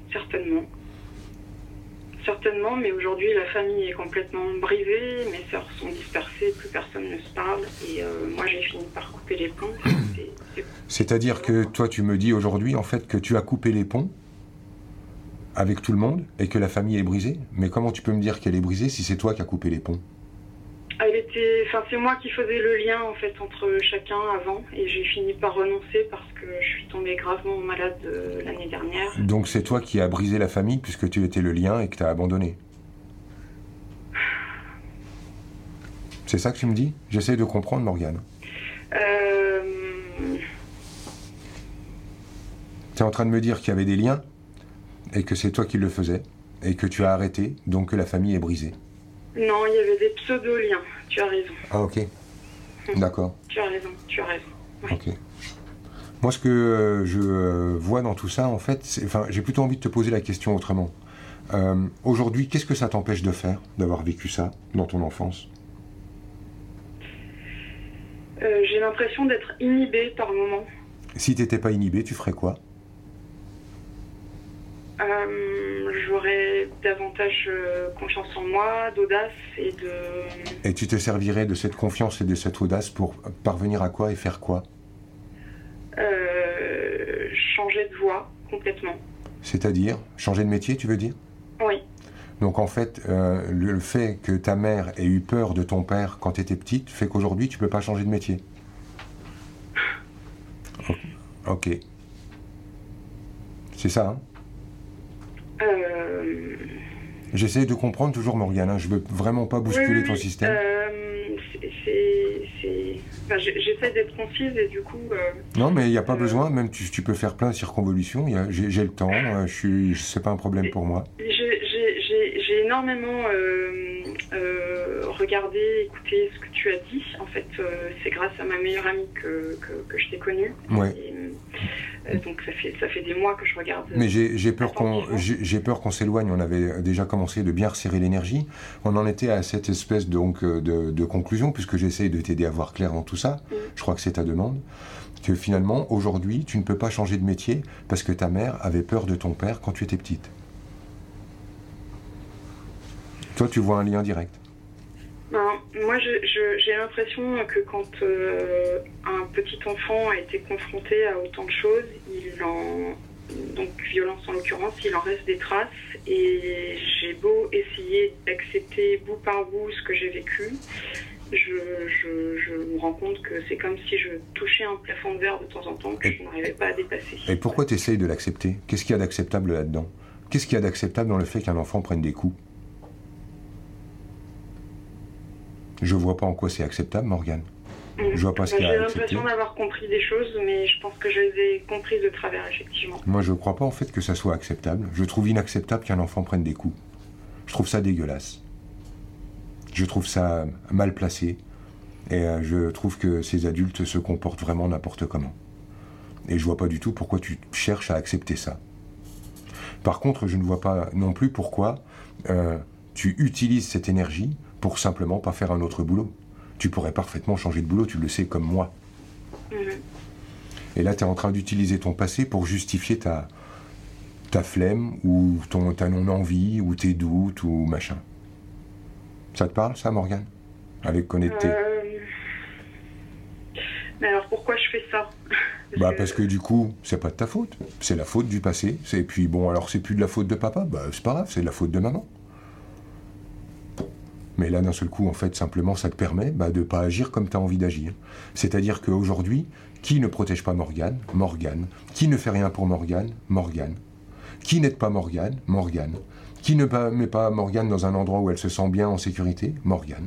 certainement. Certainement, mais aujourd'hui la famille est complètement brisée, mes sœurs sont dispersées, plus personne ne se parle, et moi j'ai fini par couper les ponts. C'est-à-dire que toi tu me dis aujourd'hui en fait que tu as coupé les ponts avec tout le monde et que la famille est brisée, mais comment tu peux me dire qu'elle est brisée si c'est toi qui as coupé les ponts? C'est moi qui faisais le lien en fait entre chacun avant, et j'ai fini par renoncer parce que je suis tombée gravement malade l'année dernière. Donc c'est toi qui as brisé la famille puisque tu étais le lien et que tu as abandonné. C'est ça que tu me dis? J'essaie de comprendre, Morgane. Tu es en train de me dire qu'il y avait des liens et que c'est toi qui le faisais et que tu as arrêté, donc que la famille est brisée. Non, il y avait des pseudo-liens, tu as raison. Ah ok, d'accord. Tu as raison. Oui. Ok. Moi ce que je vois dans tout ça, en fait, j'ai plutôt envie de te poser la question autrement. Aujourd'hui, qu'est-ce que ça t'empêche de faire, d'avoir vécu ça dans ton enfance? J'ai l'impression d'être inhibée par moments. Si t'étais pas inhibée, tu ferais quoi? J'aurais davantage confiance en moi, d'audace et de... Et tu te servirais de cette confiance et de cette audace pour parvenir à quoi et faire quoi? Changer de voie, complètement. C'est-à-dire, changer de métier, tu veux dire? Oui. Donc en fait, le fait que ta mère ait eu peur de ton père quand tu étais petite fait qu'aujourd'hui, tu peux pas changer de métier. Ok. C'est ça, hein? J'essaie de comprendre toujours, Morgane, hein. Je veux vraiment pas bousculer ton système. J'essaie d'être concise et du coup... Non, mais il n'y a pas besoin, même tu peux faire plein de circonvolutions, j'ai le temps, c'est pas un problème pour moi. J'ai énormément regardé, écouté ce que tu as dit. En fait, c'est grâce à ma meilleure amie que je t'ai connue. Ouais. Donc ça fait des mois que je regarde. Mais j'ai peur qu'on s'éloigne. On avait déjà commencé de bien resserrer l'énergie. On en était à cette espèce donc de conclusion, puisque j'essaie de t'aider à voir clair dans tout ça. Je crois que c'est ta demande. Que finalement, aujourd'hui, tu ne peux pas changer de métier parce que ta mère avait peur de ton père quand tu étais petite. Toi, tu vois un lien direct? Moi, j'ai l'impression que quand un petit enfant a été confronté à autant de choses, donc violence en l'occurrence, il en reste des traces. Et j'ai beau essayer d'accepter bout par bout ce que j'ai vécu, je me rends compte que c'est comme si je touchais un plafond de verre de temps en temps que je n'arrivais pas à dépasser. Et pourquoi tu essayes de l'accepter? Qu'est-ce qu'il y a d'acceptable là-dedans? Qu'est-ce qu'il y a d'acceptable dans le fait qu'un enfant prenne des coups? Je vois pas en quoi c'est acceptable, Morgane. Je vois pas ce qu'il y a à accepter. J'ai l'impression d'avoir compris des choses, mais je pense que je les ai comprises de travers, effectivement. Moi, je crois pas en fait que ça soit acceptable. Je trouve inacceptable qu'un enfant prenne des coups. Je trouve ça dégueulasse. Je trouve ça mal placé. Et je trouve que ces adultes se comportent vraiment n'importe comment. Et je vois pas du tout pourquoi tu cherches à accepter ça. Par contre, je ne vois pas non plus pourquoi tu utilises cette énergie pour simplement pas faire un autre boulot. Tu pourrais parfaitement changer de boulot, tu le sais comme moi. Et là, tu es en train d'utiliser ton passé pour justifier ta flemme, ou ta non-envie, ou tes doutes, ou machin. Ça te parle, ça, Morgane? Avec connecté. Mais alors, pourquoi je fais ça? Parce que du coup, c'est pas de ta faute. C'est la faute du passé. Et puis bon, alors c'est plus de la faute de papa, c'est pas grave, c'est de la faute de maman. Mais là, d'un seul coup, en fait, simplement, ça te permet de ne pas agir comme tu as envie d'agir. C'est-à-dire qu'aujourd'hui, qui ne protège pas Morgane? Morgane. Qui ne fait rien pour Morgane? Morgane. Qui n'aide pas Morgane? Morgane. Qui ne met pas Morgane dans un endroit où elle se sent bien en sécurité? Morgane.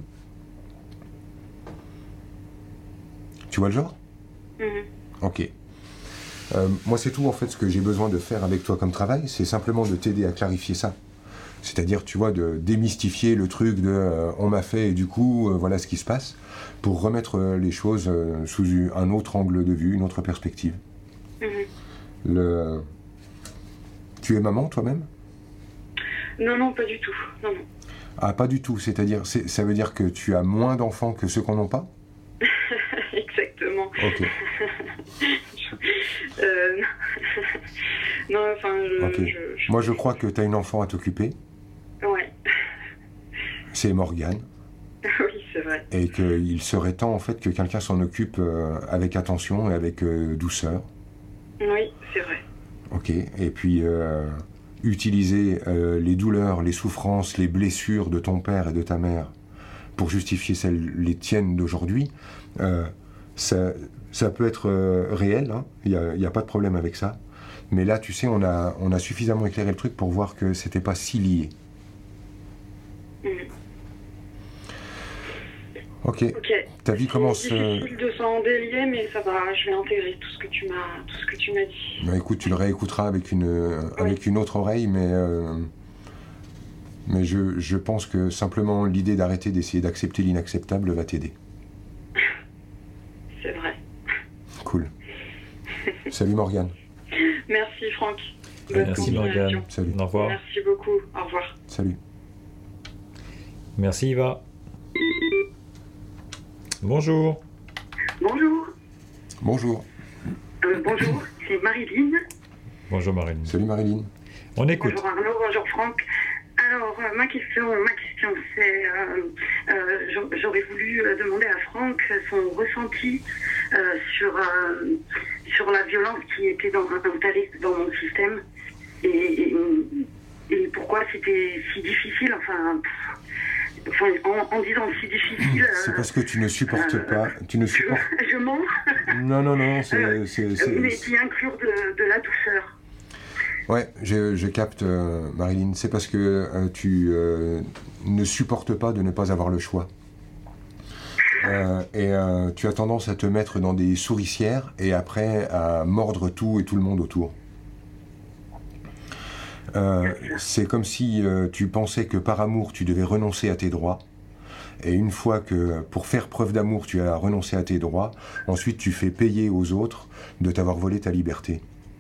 Tu vois le genre? Ok. Moi, c'est tout, en fait, ce que j'ai besoin de faire avec toi comme travail, c'est simplement de t'aider à clarifier ça. C'est-à-dire, tu vois, de démystifier le truc de on m'a fait et du coup, voilà ce qui se passe, pour remettre les choses sous un autre angle de vue, une autre perspective. Tu es maman, toi-même? Non, pas du tout. Non. Ah, pas du tout. C'est-à-dire, ça veut dire que tu as moins d'enfants que ceux qu'on n'ont pas? Exactement. Ok. Non, enfin, Moi, je crois que tu as une enfant à t'occuper. Ouais. C'est Morgane. Oui, c'est vrai. Et qu'il serait temps, en fait, que quelqu'un s'en occupe avec attention et avec douceur. Oui, c'est vrai. Ok. Et puis, utiliser les douleurs, les souffrances, les blessures de ton père et de ta mère pour justifier les tiennes d'aujourd'hui, ça peut être réel, hein. Il n'y a pas de problème avec ça. Mais là, tu sais, on a suffisamment éclairé le truc pour voir que c'était pas si lié. Ok. Ta vie commence. C'est difficile de s'en délier, mais ça va. Je vais intégrer tout ce que tu m'as dit. Bah écoute, tu le réécouteras avec une autre oreille, mais je pense que simplement l'idée d'arrêter d'essayer d'accepter l'inacceptable va t'aider. C'est vrai. Cool. Salut Morgane. Merci Franck. Merci Morgane. Salut. Au revoir. Merci beaucoup. Au revoir. Salut. Merci Yva. Bonjour. Bonjour. Bonjour. Bonjour, c'est Marilyn. Bonjour Marilyn. Salut Marilyn. On écoute. Bonjour Arnaud, bonjour Franck. Alors, ma question c'est, j'aurais voulu demander à Franck son ressenti sur la violence qui était installée dans mon système et pourquoi c'était si difficile, en disant si difficile... C'est parce que tu ne supportes pas... Je mens. Non, c'est... Mais qui inclure de la douceur. Ouais, je capte, Marilyn. C'est parce que tu ne supportes pas de ne pas avoir le choix. Tu as tendance à te mettre dans des souricières et après à mordre tout et tout le monde autour. C'est comme si tu pensais que par amour tu devais renoncer à tes droits. Et une fois que pour faire preuve d'amour tu as renoncé à tes droits, ensuite tu fais payer aux autres de t'avoir volé ta liberté.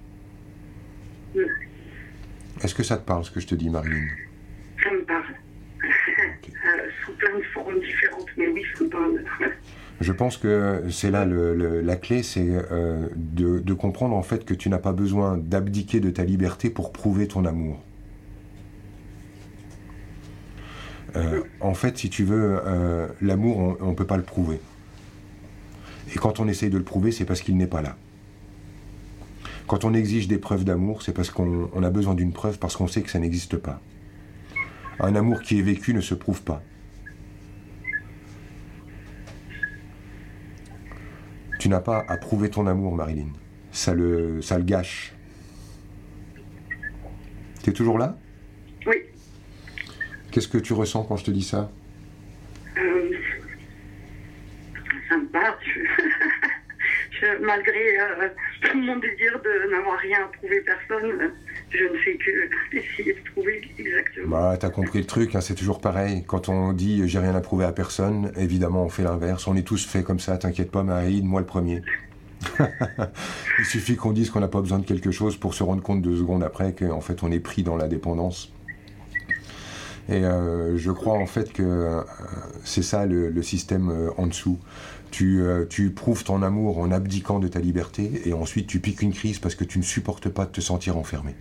Est-ce que ça te parle ce que je te dis, Marilyn? Ça me parle. Sous plein de formes différentes, mais oui, ça me parle. Je pense que c'est là la clé, c'est de comprendre en fait que tu n'as pas besoin d'abdiquer de ta liberté pour prouver ton amour. En fait, si tu veux, l'amour, on ne peut pas le prouver. Et quand on essaye de le prouver, c'est parce qu'il n'est pas là. Quand on exige des preuves d'amour, c'est parce qu'on a besoin d'une preuve, parce qu'on sait que ça n'existe pas. Un amour qui est vécu ne se prouve pas. Tu n'as pas à prouver ton amour, Marilyn. Ça le gâche. T'es toujours là? Oui. Qu'est-ce que tu ressens quand je te dis ça? Ça me parle. Malgré tout mon désir de n'avoir rien à prouver personne, je ne fais que essayer de trouver exactement. Bah, t'as compris le truc, hein, c'est toujours pareil. Quand on dit j'ai rien à prouver à personne, évidemment on fait l'inverse. On est tous faits comme ça, t'inquiète pas, Marilyn, moi le premier. Il suffit qu'on dise qu'on n'a pas besoin de quelque chose pour se rendre compte 2 secondes après qu'en fait on est pris dans la dépendance. Et je crois en fait que c'est ça le système en dessous. Tu prouves ton amour en abdiquant de ta liberté et ensuite tu piques une crise parce que tu ne supportes pas de te sentir enfermé.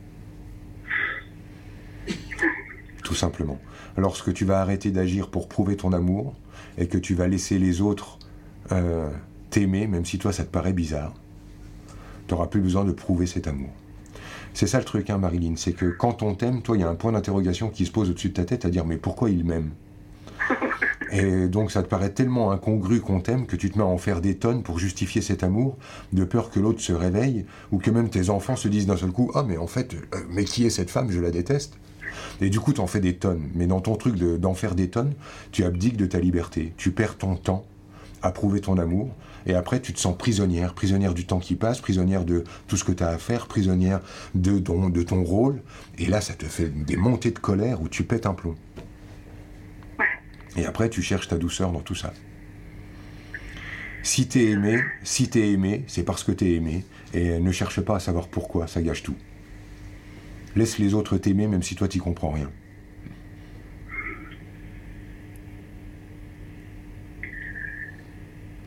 Tout simplement. Lorsque tu vas arrêter d'agir pour prouver ton amour et que tu vas laisser les autres t'aimer, même si toi ça te paraît bizarre, tu n'auras plus besoin de prouver cet amour. C'est ça le truc, hein, Marilyn, c'est que quand on t'aime, toi, il y a un point d'interrogation qui se pose au-dessus de ta tête à dire « mais pourquoi il m'aime ?» Et donc ça te paraît tellement incongru qu'on t'aime que tu te mets à en faire des tonnes pour justifier cet amour, de peur que l'autre se réveille, ou que même tes enfants se disent d'un seul coup « ah, mais en fait, mais qui est cette femme? Je la déteste !» Et du coup, t'en fais des tonnes. Mais dans ton truc d'en faire des tonnes, tu abdiques de ta liberté, tu perds ton temps à prouver ton amour, et après tu te sens prisonnière du temps qui passe, prisonnière de tout ce que tu as à faire, prisonnière de ton rôle, et là ça te fait des montées de colère où tu pètes un plomb. Et après tu cherches ta douceur dans tout ça. Si t'es aimé, c'est parce que t'es aimé, et ne cherche pas à savoir pourquoi, ça gâche tout. Laisse les autres t'aimer même si toi t'y comprends rien.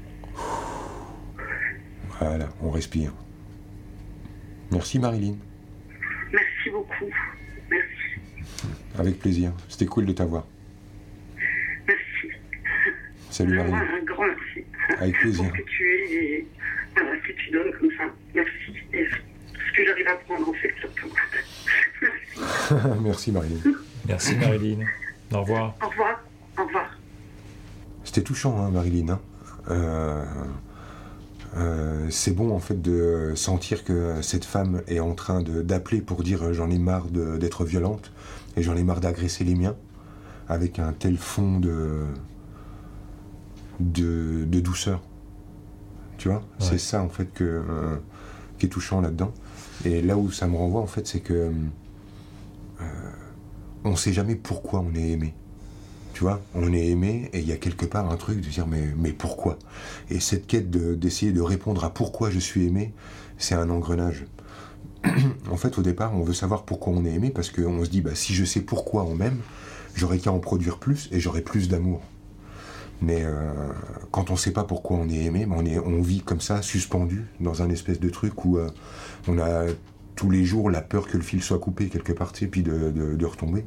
Voilà, on respire. Merci Marilyn. Merci beaucoup. Merci. Avec plaisir. C'était cool de t'avoir. Merci. Salut Marie. Un grand merci. Avec plaisir. Pour ce que tu es et voilà, ce que tu donnes comme ça. Merci. Et ce que j'arrive à prendre en fait surtout. Merci. Merci Marilyn. Merci Marilyn. Au revoir. Au revoir. Au revoir. C'était touchant, hein, Marilyn. C'est bon en fait de sentir que cette femme est en train d'appeler pour dire j'en ai marre d'être violente et j'en ai marre d'agresser les miens, avec un tel fond de douceur. Tu vois, c'est ça en fait qui est touchant là-dedans. Et là où ça me renvoie en fait, c'est que on sait jamais pourquoi on est aimé. Tu vois, on est aimé et il y a quelque part un truc de dire mais pourquoi ? Et cette quête d'essayer de répondre à pourquoi je suis aimé, c'est un engrenage. En fait, au départ, on veut savoir pourquoi on est aimé parce qu'on se dit si je sais pourquoi on m'aime, j'aurais qu'à en produire plus et j'aurais plus d'amour. Mais quand on sait pas pourquoi on est aimé, on vit comme ça, suspendu dans un espèce de truc où on a tous les jours la peur que le fil soit coupé quelque part, et puis de retomber.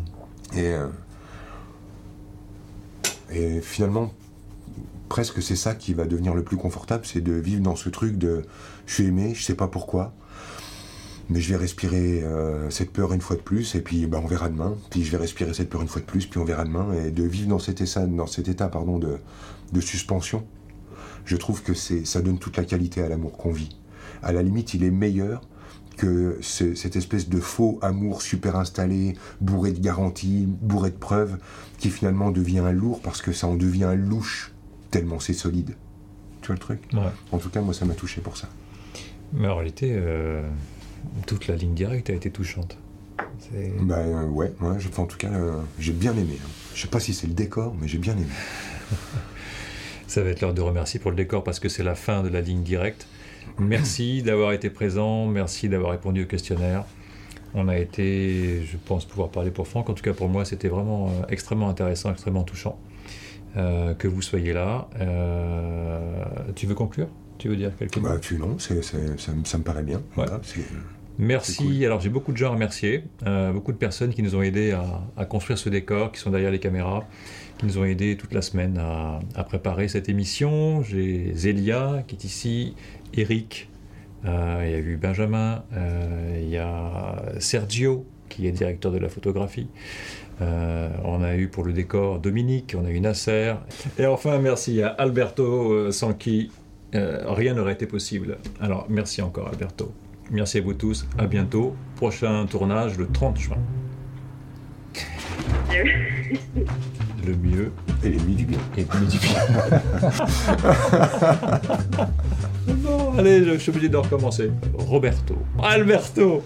Et finalement, presque c'est ça qui va devenir le plus confortable, c'est de vivre dans ce truc de je suis aimé, je sais pas pourquoi, mais je vais respirer cette peur une fois de plus, et puis on verra demain, puis je vais respirer cette peur une fois de plus, puis on verra demain, et de vivre dans cet état de suspension, je trouve que ça donne toute la qualité à l'amour qu'on vit. À la limite, il est meilleur que cette espèce de faux amour super installé, bourré de garanties, bourré de preuves, qui finalement devient lourd parce que ça en devient louche, tellement c'est solide. Tu vois le truc ? En tout cas, moi, ça m'a touché pour ça. Mais en réalité, toute la ligne directe a été touchante. Ouais, en tout cas, j'ai bien aimé. Je sais pas si c'est le décor, mais j'ai bien aimé. Ça va être l'heure de remercier pour le décor parce que c'est la fin de la ligne directe. Merci d'avoir été présent, merci d'avoir répondu au questionnaire. On a été, je pense pouvoir parler pour Franck, en tout cas pour moi, c'était vraiment extrêmement intéressant, extrêmement touchant que vous soyez là. Tu veux conclure ? Tu veux dire quelque chose ? Non, ça me paraît bien. Ouais. Voilà, merci. Cool. Alors j'ai beaucoup de gens à remercier, beaucoup de personnes qui nous ont aidés à construire ce décor, qui sont derrière les caméras, qui nous ont aidés toute la semaine à préparer cette émission. J'ai Zélia qui est ici, Eric, il y a eu Benjamin, il y a Sergio qui est directeur de la photographie, on a eu pour le décor Dominique, on a eu Nasser, et enfin merci à Alberto sans qui rien n'aurait été possible. Alors merci encore Alberto, merci à vous tous, à bientôt, prochain tournage le 30 juin. Le mieux et l'ennemi du bien. Et l'ennemi du bien. Non, allez, je suis obligé de recommencer. Roberto. Alberto.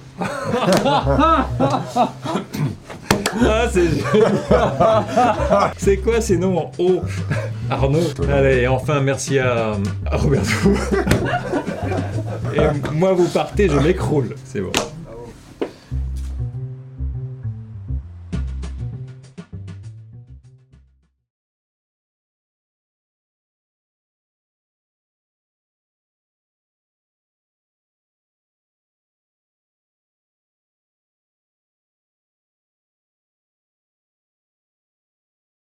C'est c'est quoi ces noms en haut ? Arnaud. Allez, et enfin merci à Roberto. Et moi vous partez, je m'écroule. C'est bon.